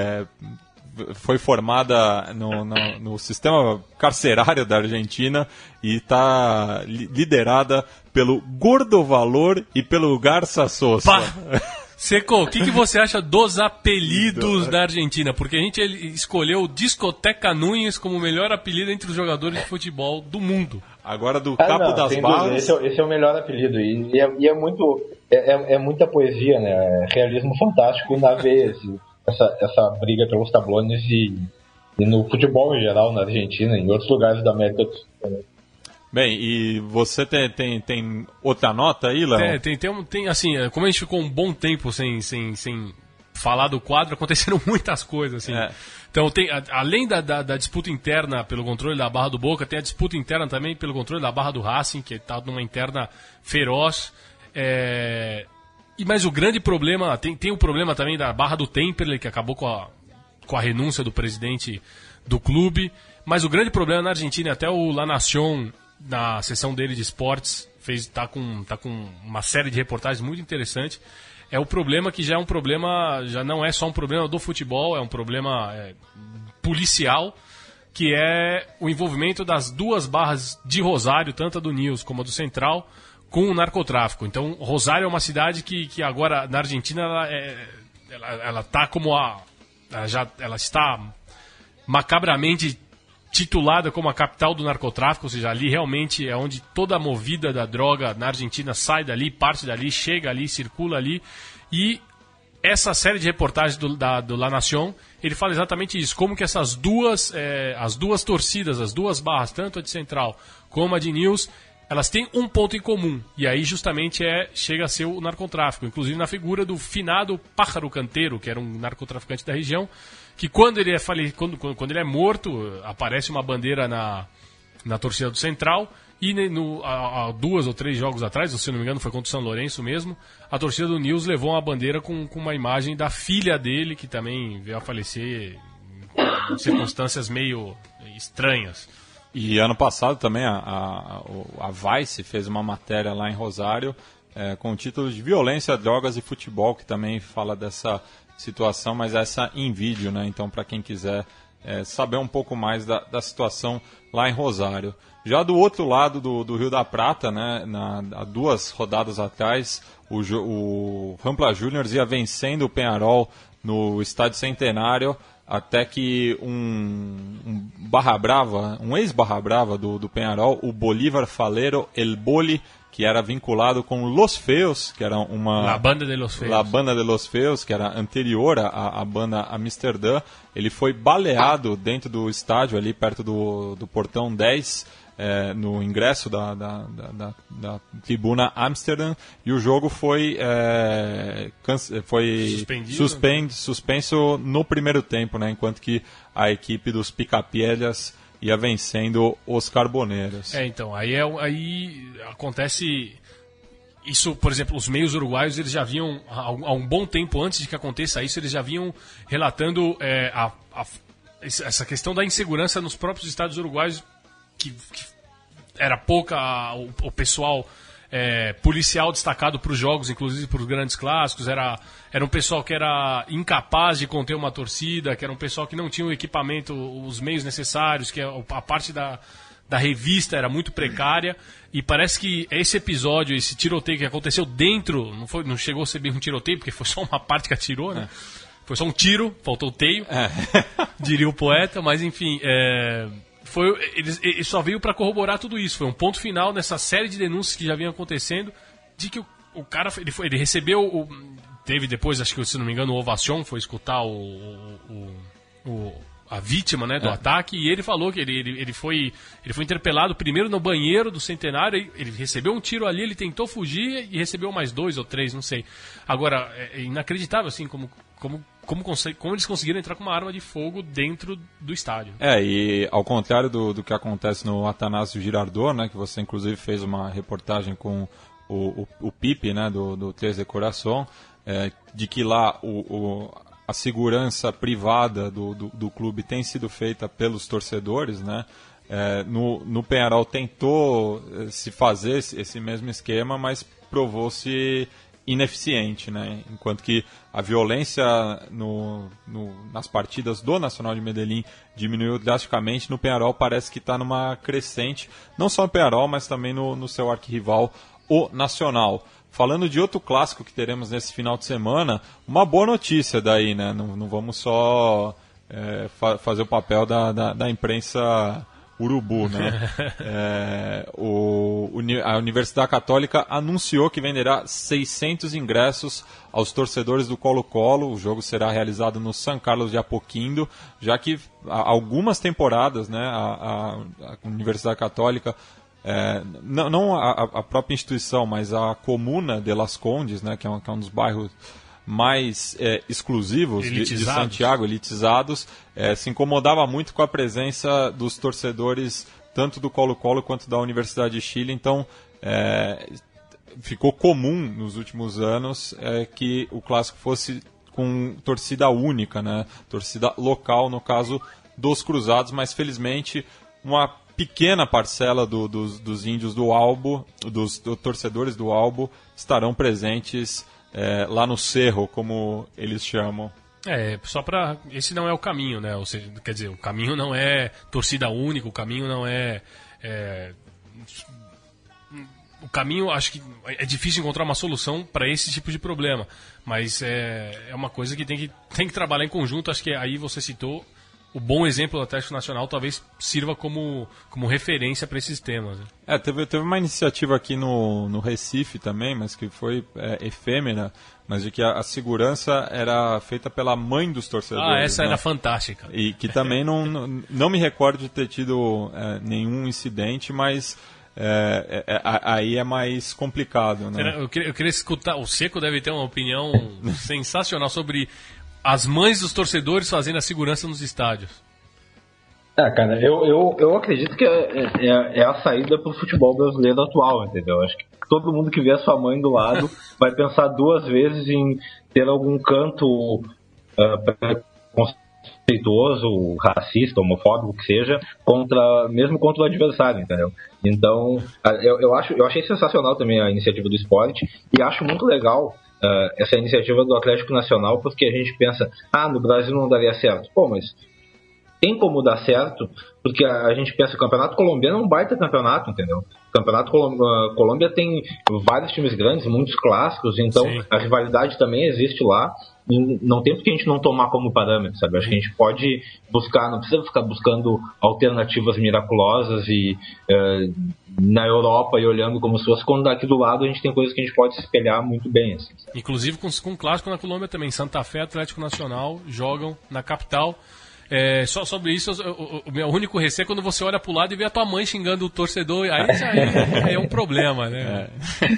foi formada no sistema carcerário da Argentina e está liderada pelo Gordo Valor e pelo Garça Sosa. Seco, o que você acha dos apelidos da Argentina? Porque a gente escolheu Discoteca Núñez como o melhor apelido entre os jogadores de futebol do mundo. Agora do Capo das Barras. Esse é o melhor apelido. E é muita poesia, né? É realismo fantástico na veia, essa briga pelos tablones e no futebol em geral, na Argentina e em outros lugares da América do Sul também. Bem, e você tem outra nota aí, Léo? Tem, assim, como a gente ficou um bom tempo sem falar do quadro, aconteceram muitas coisas, assim. Então, além da disputa interna pelo controle da Barra do Boca, tem a disputa interna também pelo controle da Barra do Racing, que está numa interna feroz. Mas o grande problema, tem o problema também da Barra do Temperley, que acabou com a renúncia do presidente do clube. Mas o grande problema na Argentina, até o La Nación, na seção dele de esportes, tá com uma série de reportagens muito interessantes. É o problema que já é um problema, já não é só um problema do futebol, é um problema policial, que é o envolvimento das duas barras de Rosário, tanto a do News como a do Central, com o narcotráfico. Então, Rosário é uma cidade que agora, na Argentina, ela tá como ela está macabramente titulada como a capital do narcotráfico, ou seja, ali realmente é onde toda a movida da droga na Argentina sai dali, parte dali, chega ali, circula ali. E essa série de reportagens do La Nación, ele fala exatamente isso, como que essas as duas torcidas, as duas barras, tanto a de Central como a de News, elas têm um ponto em comum, e aí justamente chega a ser o narcotráfico, inclusive na figura do finado Pájaro Canteiro, que era um narcotraficante da região, que quando ele é morto, aparece uma bandeira na torcida do Central, e há 2 ou 3 jogos atrás, se não me engano foi contra o São Lourenço mesmo, a torcida do News levou uma bandeira com uma imagem da filha dele, que também veio a falecer em circunstâncias meio estranhas. E ano passado também a Vice fez uma matéria lá em Rosário com o título de Violência, Drogas e Futebol, que também fala dessa situação, mas essa em vídeo, né? Então, para quem quiser saber um pouco mais da situação lá em Rosário. Já do outro lado do Rio da Prata, né, há 2 rodadas atrás, o Rampla Juniors ia vencendo o Peñarol no Estádio Centenário, até que um ex-Barra Brava do Peñarol, o Bolívar Falero El Boli, que era vinculado com Los Feos, que era La Banda de Los Feos, que era anterior à banda Amsterdã. Ele foi baleado dentro do estádio, ali perto do portão 10, no ingresso da tribuna Amsterdã, e o jogo foi suspenso no primeiro tempo, né, enquanto que a equipe dos Picapiedras ia vencendo os Carboneiros. Então, aí acontece isso, por exemplo, os meios uruguaios, eles já vinham, há um bom tempo antes de que aconteça isso, eles já vinham relatando essa questão da insegurança nos próprios estados uruguaios, que era pouca o pessoal policial destacado para os jogos, inclusive para os grandes clássicos, era um pessoal que era incapaz de conter uma torcida, que era um pessoal que não tinha o equipamento, os meios necessários, que a parte da revista era muito precária, e parece que esse episódio, esse tiroteio que aconteceu dentro, não chegou a ser bem um tiroteio, porque foi só uma parte que atirou, né? Foi só um tiro, faltou o teio, diria o poeta, mas enfim, ele só veio para corroborar tudo isso. Foi um ponto final nessa série de denúncias que já vinham acontecendo, de que o cara ele recebeu teve depois, acho que se não me engano, o Ovación foi escutar a vítima, né, do ataque, e ele falou que ele foi interpelado primeiro no banheiro do Centenário. Ele recebeu um tiro ali, ele tentou fugir e recebeu mais 2 ou 3, não sei. Agora, é inacreditável assim como eles conseguiram entrar com uma arma de fogo dentro do estádio. E ao contrário do que acontece no Atanásio Girardot, né, que você inclusive fez uma reportagem com o Pipe, né, do Três de Coração, de que lá a segurança privada do clube tem sido feita pelos torcedores, né? No Peñarol tentou se fazer esse mesmo esquema, mas provou-se ineficiente, né? Enquanto que a violência nas partidas do Nacional de Medellín diminuiu drasticamente, no Peñarol parece que está numa crescente, não só no Peñarol, mas também no seu arquirrival, o Nacional. Falando de outro clássico que teremos nesse final de semana, uma boa notícia daí, né? Não vamos só fazer o papel da imprensa urubu, né? A Universidade Católica anunciou que venderá 600 ingressos aos torcedores do Colo-Colo. O jogo será realizado no San Carlos de Apoquindo, já que há algumas temporadas, né, a Universidade Católica, não a própria instituição, mas a Comuna de Las Condes, né, que é um dos bairros mais exclusivos de Santiago, elitizados, se incomodava muito com a presença dos torcedores tanto do Colo-Colo quanto da Universidade de Chile. Então ficou comum nos últimos anos que o clássico fosse com torcida única, né? Torcida local, no caso dos Cruzados, mas felizmente uma pequena parcela dos índios do Albo, dos torcedores do Albo, estarão presentes lá no Cerro, como eles chamam. Só para... Esse não é o caminho, né? Ou seja, quer dizer, o caminho não é torcida única, o caminho não é... O caminho, acho que é difícil encontrar uma solução para esse tipo de problema, mas é uma coisa que tem que trabalhar em conjunto. Acho que aí você citou o bom exemplo do Atlético Nacional, talvez sirva como referência para esses temas, né? Teve uma iniciativa aqui no Recife também, mas que foi efêmera, mas de que a segurança era feita pela mãe dos torcedores. Essa né? Era fantástica. E que também não me recordo de ter tido nenhum incidente, mas aí é mais complicado, né? Eu queria escutar, o Seco deve ter uma opinião sensacional sobre as mães dos torcedores fazendo a segurança nos estádios. Cara, eu acredito que é a saída pro futebol brasileiro atual, entendeu? Acho que todo mundo que vê a sua mãe do lado vai pensar duas vezes em ter algum canto preconceituoso, racista, homofóbico, que seja, mesmo contra o adversário, entendeu? Então, eu achei sensacional também a iniciativa do esporte e acho muito legal essa iniciativa do Atlético Nacional, porque a gente pensa, no Brasil não daria certo. Pô, mas tem como dar certo, porque a gente pensa que o Campeonato Colombiano é um baita campeonato, entendeu? O Campeonato Colômbia tem vários times grandes, muitos clássicos, então Sim. A rivalidade também existe lá. Não tem porque a gente não tomar como parâmetro, sabe? Acho que a gente pode buscar, não precisa ficar buscando alternativas miraculosas e na Europa e olhando como se fosse, quando daqui do lado a gente tem coisas que a gente pode se espelhar muito bem. Assim. Inclusive com um clássico na Colômbia também, Santa Fé e Atlético Nacional jogam na capital. Só sobre isso, o meu único receio é quando você olha pro lado e vê a tua mãe xingando o torcedor, aí já é um problema, né?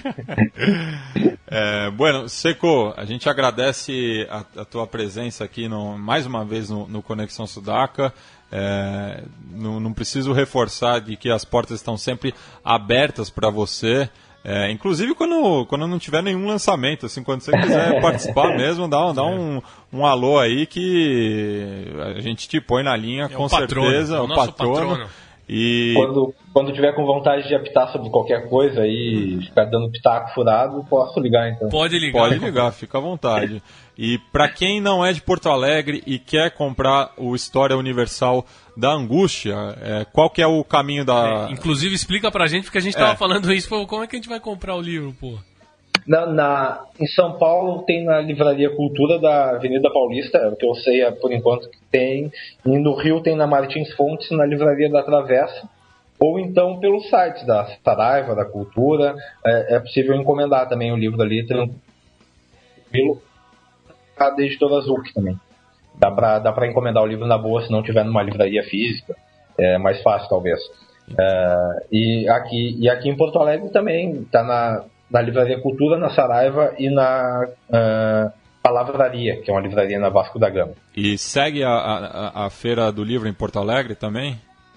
Bueno, Seco, a gente agradece a tua presença aqui mais uma vez no Conexão Sudaca. Não preciso reforçar de que as portas estão sempre abertas para você. Inclusive quando não tiver nenhum lançamento, assim, quando você quiser participar mesmo, dá um alô aí que a gente te põe na linha, com certeza. É o nosso patrono. E quando tiver com vontade de apitar sobre qualquer coisa e ficar dando pitaco furado, posso ligar então. Pode ligar, fica à vontade. E para quem não é de Porto Alegre e quer comprar o História Universal da Angústia, qual que é o caminho da... inclusive explica pra gente, porque a gente tava falando isso, como é que a gente vai comprar o livro, pô? Em São Paulo tem na Livraria Cultura da Avenida Paulista, é o que eu sei por enquanto que tem, e no Rio tem na Martins Fontes, na Livraria da Travessa, ou então pelo site da Saraiva, da Cultura, é possível encomendar também o livro ali, tranquilo, da editora Zuc também. Dá pra encomendar o livro na boa se não tiver numa livraria física, é mais fácil talvez. E aqui em Porto Alegre também, tá na Livraria Cultura, na Saraiva e na Palavraria, que é uma livraria na Vasco da Gama. E segue a Feira do Livro em Porto Alegre também?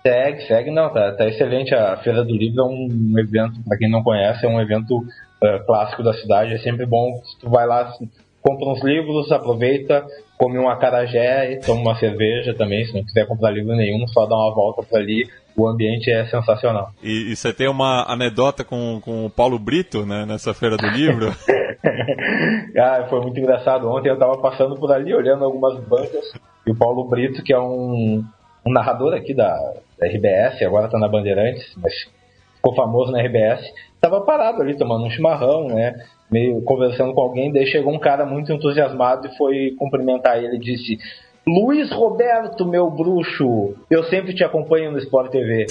Segue, não, tá excelente. A Feira do Livro é um evento, para quem não conhece, é um evento clássico da cidade. É sempre bom, tu vai lá, compra uns livros, aproveita, come um acarajé e toma uma cerveja também. Se não quiser comprar livro nenhum, só dá uma volta por ali. O ambiente é sensacional. E você tem uma anedota com o Paulo Brito, né, nessa Feira do Livro? Foi muito engraçado. Ontem eu estava passando por ali, olhando algumas bancas, e o Paulo Brito, que é um narrador aqui da RBS, agora está na Bandeirantes, mas ficou famoso na RBS, estava parado ali tomando um chimarrão, né, meio conversando com alguém. Daí chegou um cara muito entusiasmado e foi cumprimentar ele e disse: Luiz Roberto, meu bruxo, eu sempre te acompanho no Sport TV.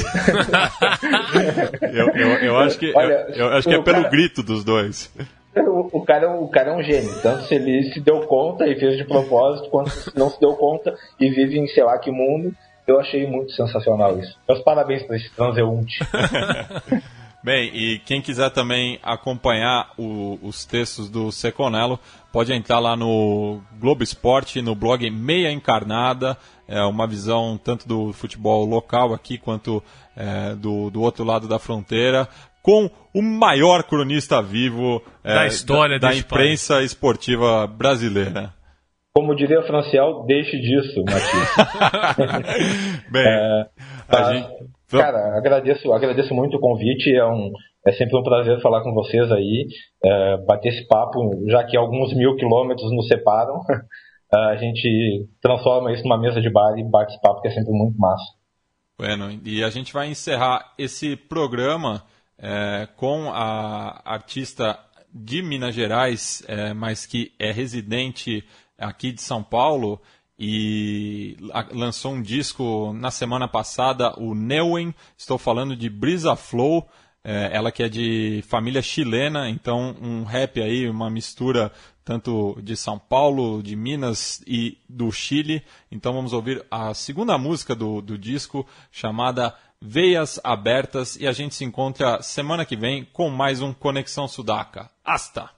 eu acho que, eu acho que é pelo grito dos dois. O cara é um gênio, tanto se ele se deu conta e fez de propósito, quanto se não se deu conta e vive em sei lá que mundo. Eu achei muito sensacional isso. Meus parabéns para esse transeunte. Bem, e quem quiser também acompanhar os textos do Seconello, pode entrar lá no Globo Esporte, no blog Meia Encarnada. É uma visão tanto do futebol local aqui, quanto do outro lado da fronteira, com o maior cronista vivo da história da imprensa esportiva brasileira. Como diria o Franciel, deixe disso, Matias. Bem, cara, agradeço muito o convite. É sempre um prazer falar com vocês aí, bater esse papo, já que alguns 1000 quilômetros nos separam. A gente transforma isso numa mesa de bar e bate esse papo, que é sempre muito massa. Bueno, e a gente vai encerrar esse programa com a artista de Minas Gerais, mas que é residente aqui de São Paulo, e lançou um disco na semana passada, o Neuen. Estou falando de Brisa Flow, ela que é de família chilena, então um rap aí, uma mistura tanto de São Paulo, de Minas e do Chile. Então vamos ouvir a segunda música do disco, chamada Veias Abertas, e a gente se encontra semana que vem com mais um Conexão Sudaca. Hasta!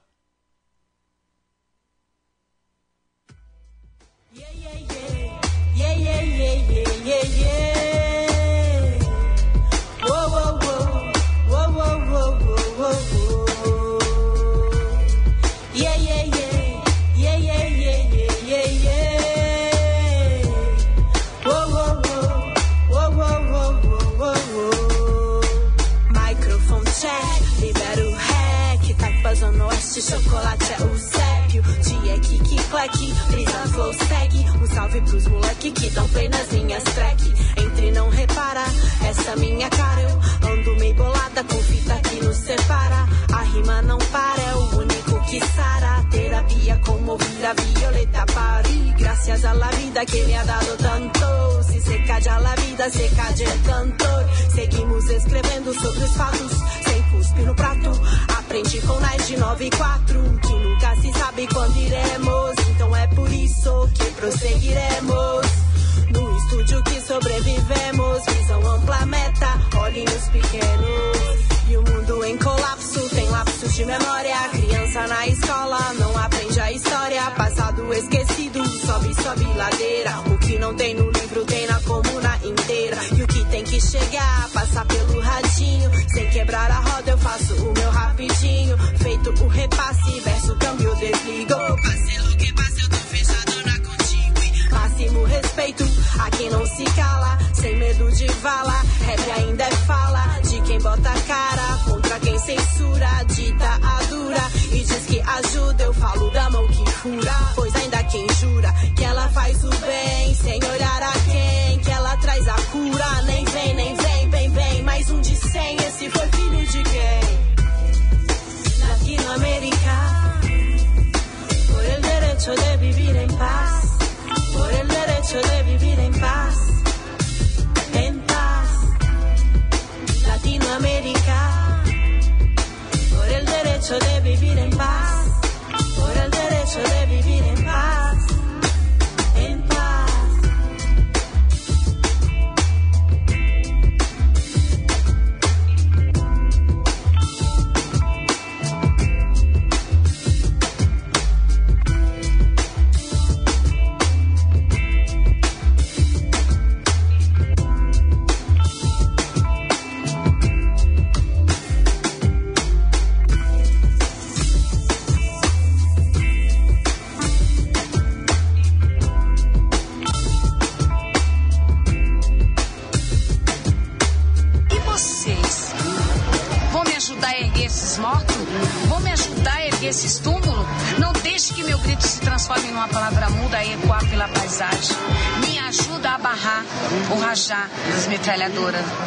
Chocolate é o sério, dia kick-clack, Brisa Flow segue. Um salve pros moleque que dão play nas minhas track. Entre não repara, essa minha cara eu ando meio bolada, com fita que nos separa. A rima não para, é o único que sara. Terapia como ouvir a Violeta Paris. Gracias a la vida que me ha dado tanto. Se seca de a la vida, seca de tanto. Seguimos escrevendo sobre os fatos, sem cuspir no prato. Aprendi com nós de 9 e 4, que nunca se sabe quando iremos. Então é por isso que prosseguiremos. No estúdio que sobrevivemos, visão ampla, meta, olhinhos pequenos. E o mundo em colapso, tem lapsos de memória. Criança na escola não aprende a história. Passado esquecido, sobe ladeira. O que não tem no livro tem na comuna inteira. E o que tem que chegar, passar pelo radinho. Sem quebrar a roda eu faço o meu rapidinho. Feito o repasse, verso câmbio desligo. Passe lo que passe, eu tô fechado na contigo. Máximo respeito a quem não se cala. Sem medo de vala, rap ainda é fala. De quem bota a cara contra quem censura. Ditadura e diz que ajuda. Eu falo da mão que fura, pois ainda quem jura que ela faz o bem, sem olhar a quem, que ela traz a cura. Nem vem, bem, mais um de 100. Esse foi filho de quem? Latinoamérica. Por el derecho de vivir en paz, por el derecho de vivir en paz, en paz. Latinoamérica. Por el derecho de vivir en paz, por el derecho de vivir en paz, en paz. erguer esses mortos? Vou me ajudar a erguer esses túmulos? Não deixe que meu grito se transforme numa palavra muda a ecoar pela paisagem. Me ajuda a barrar o rajar das metralhadoras.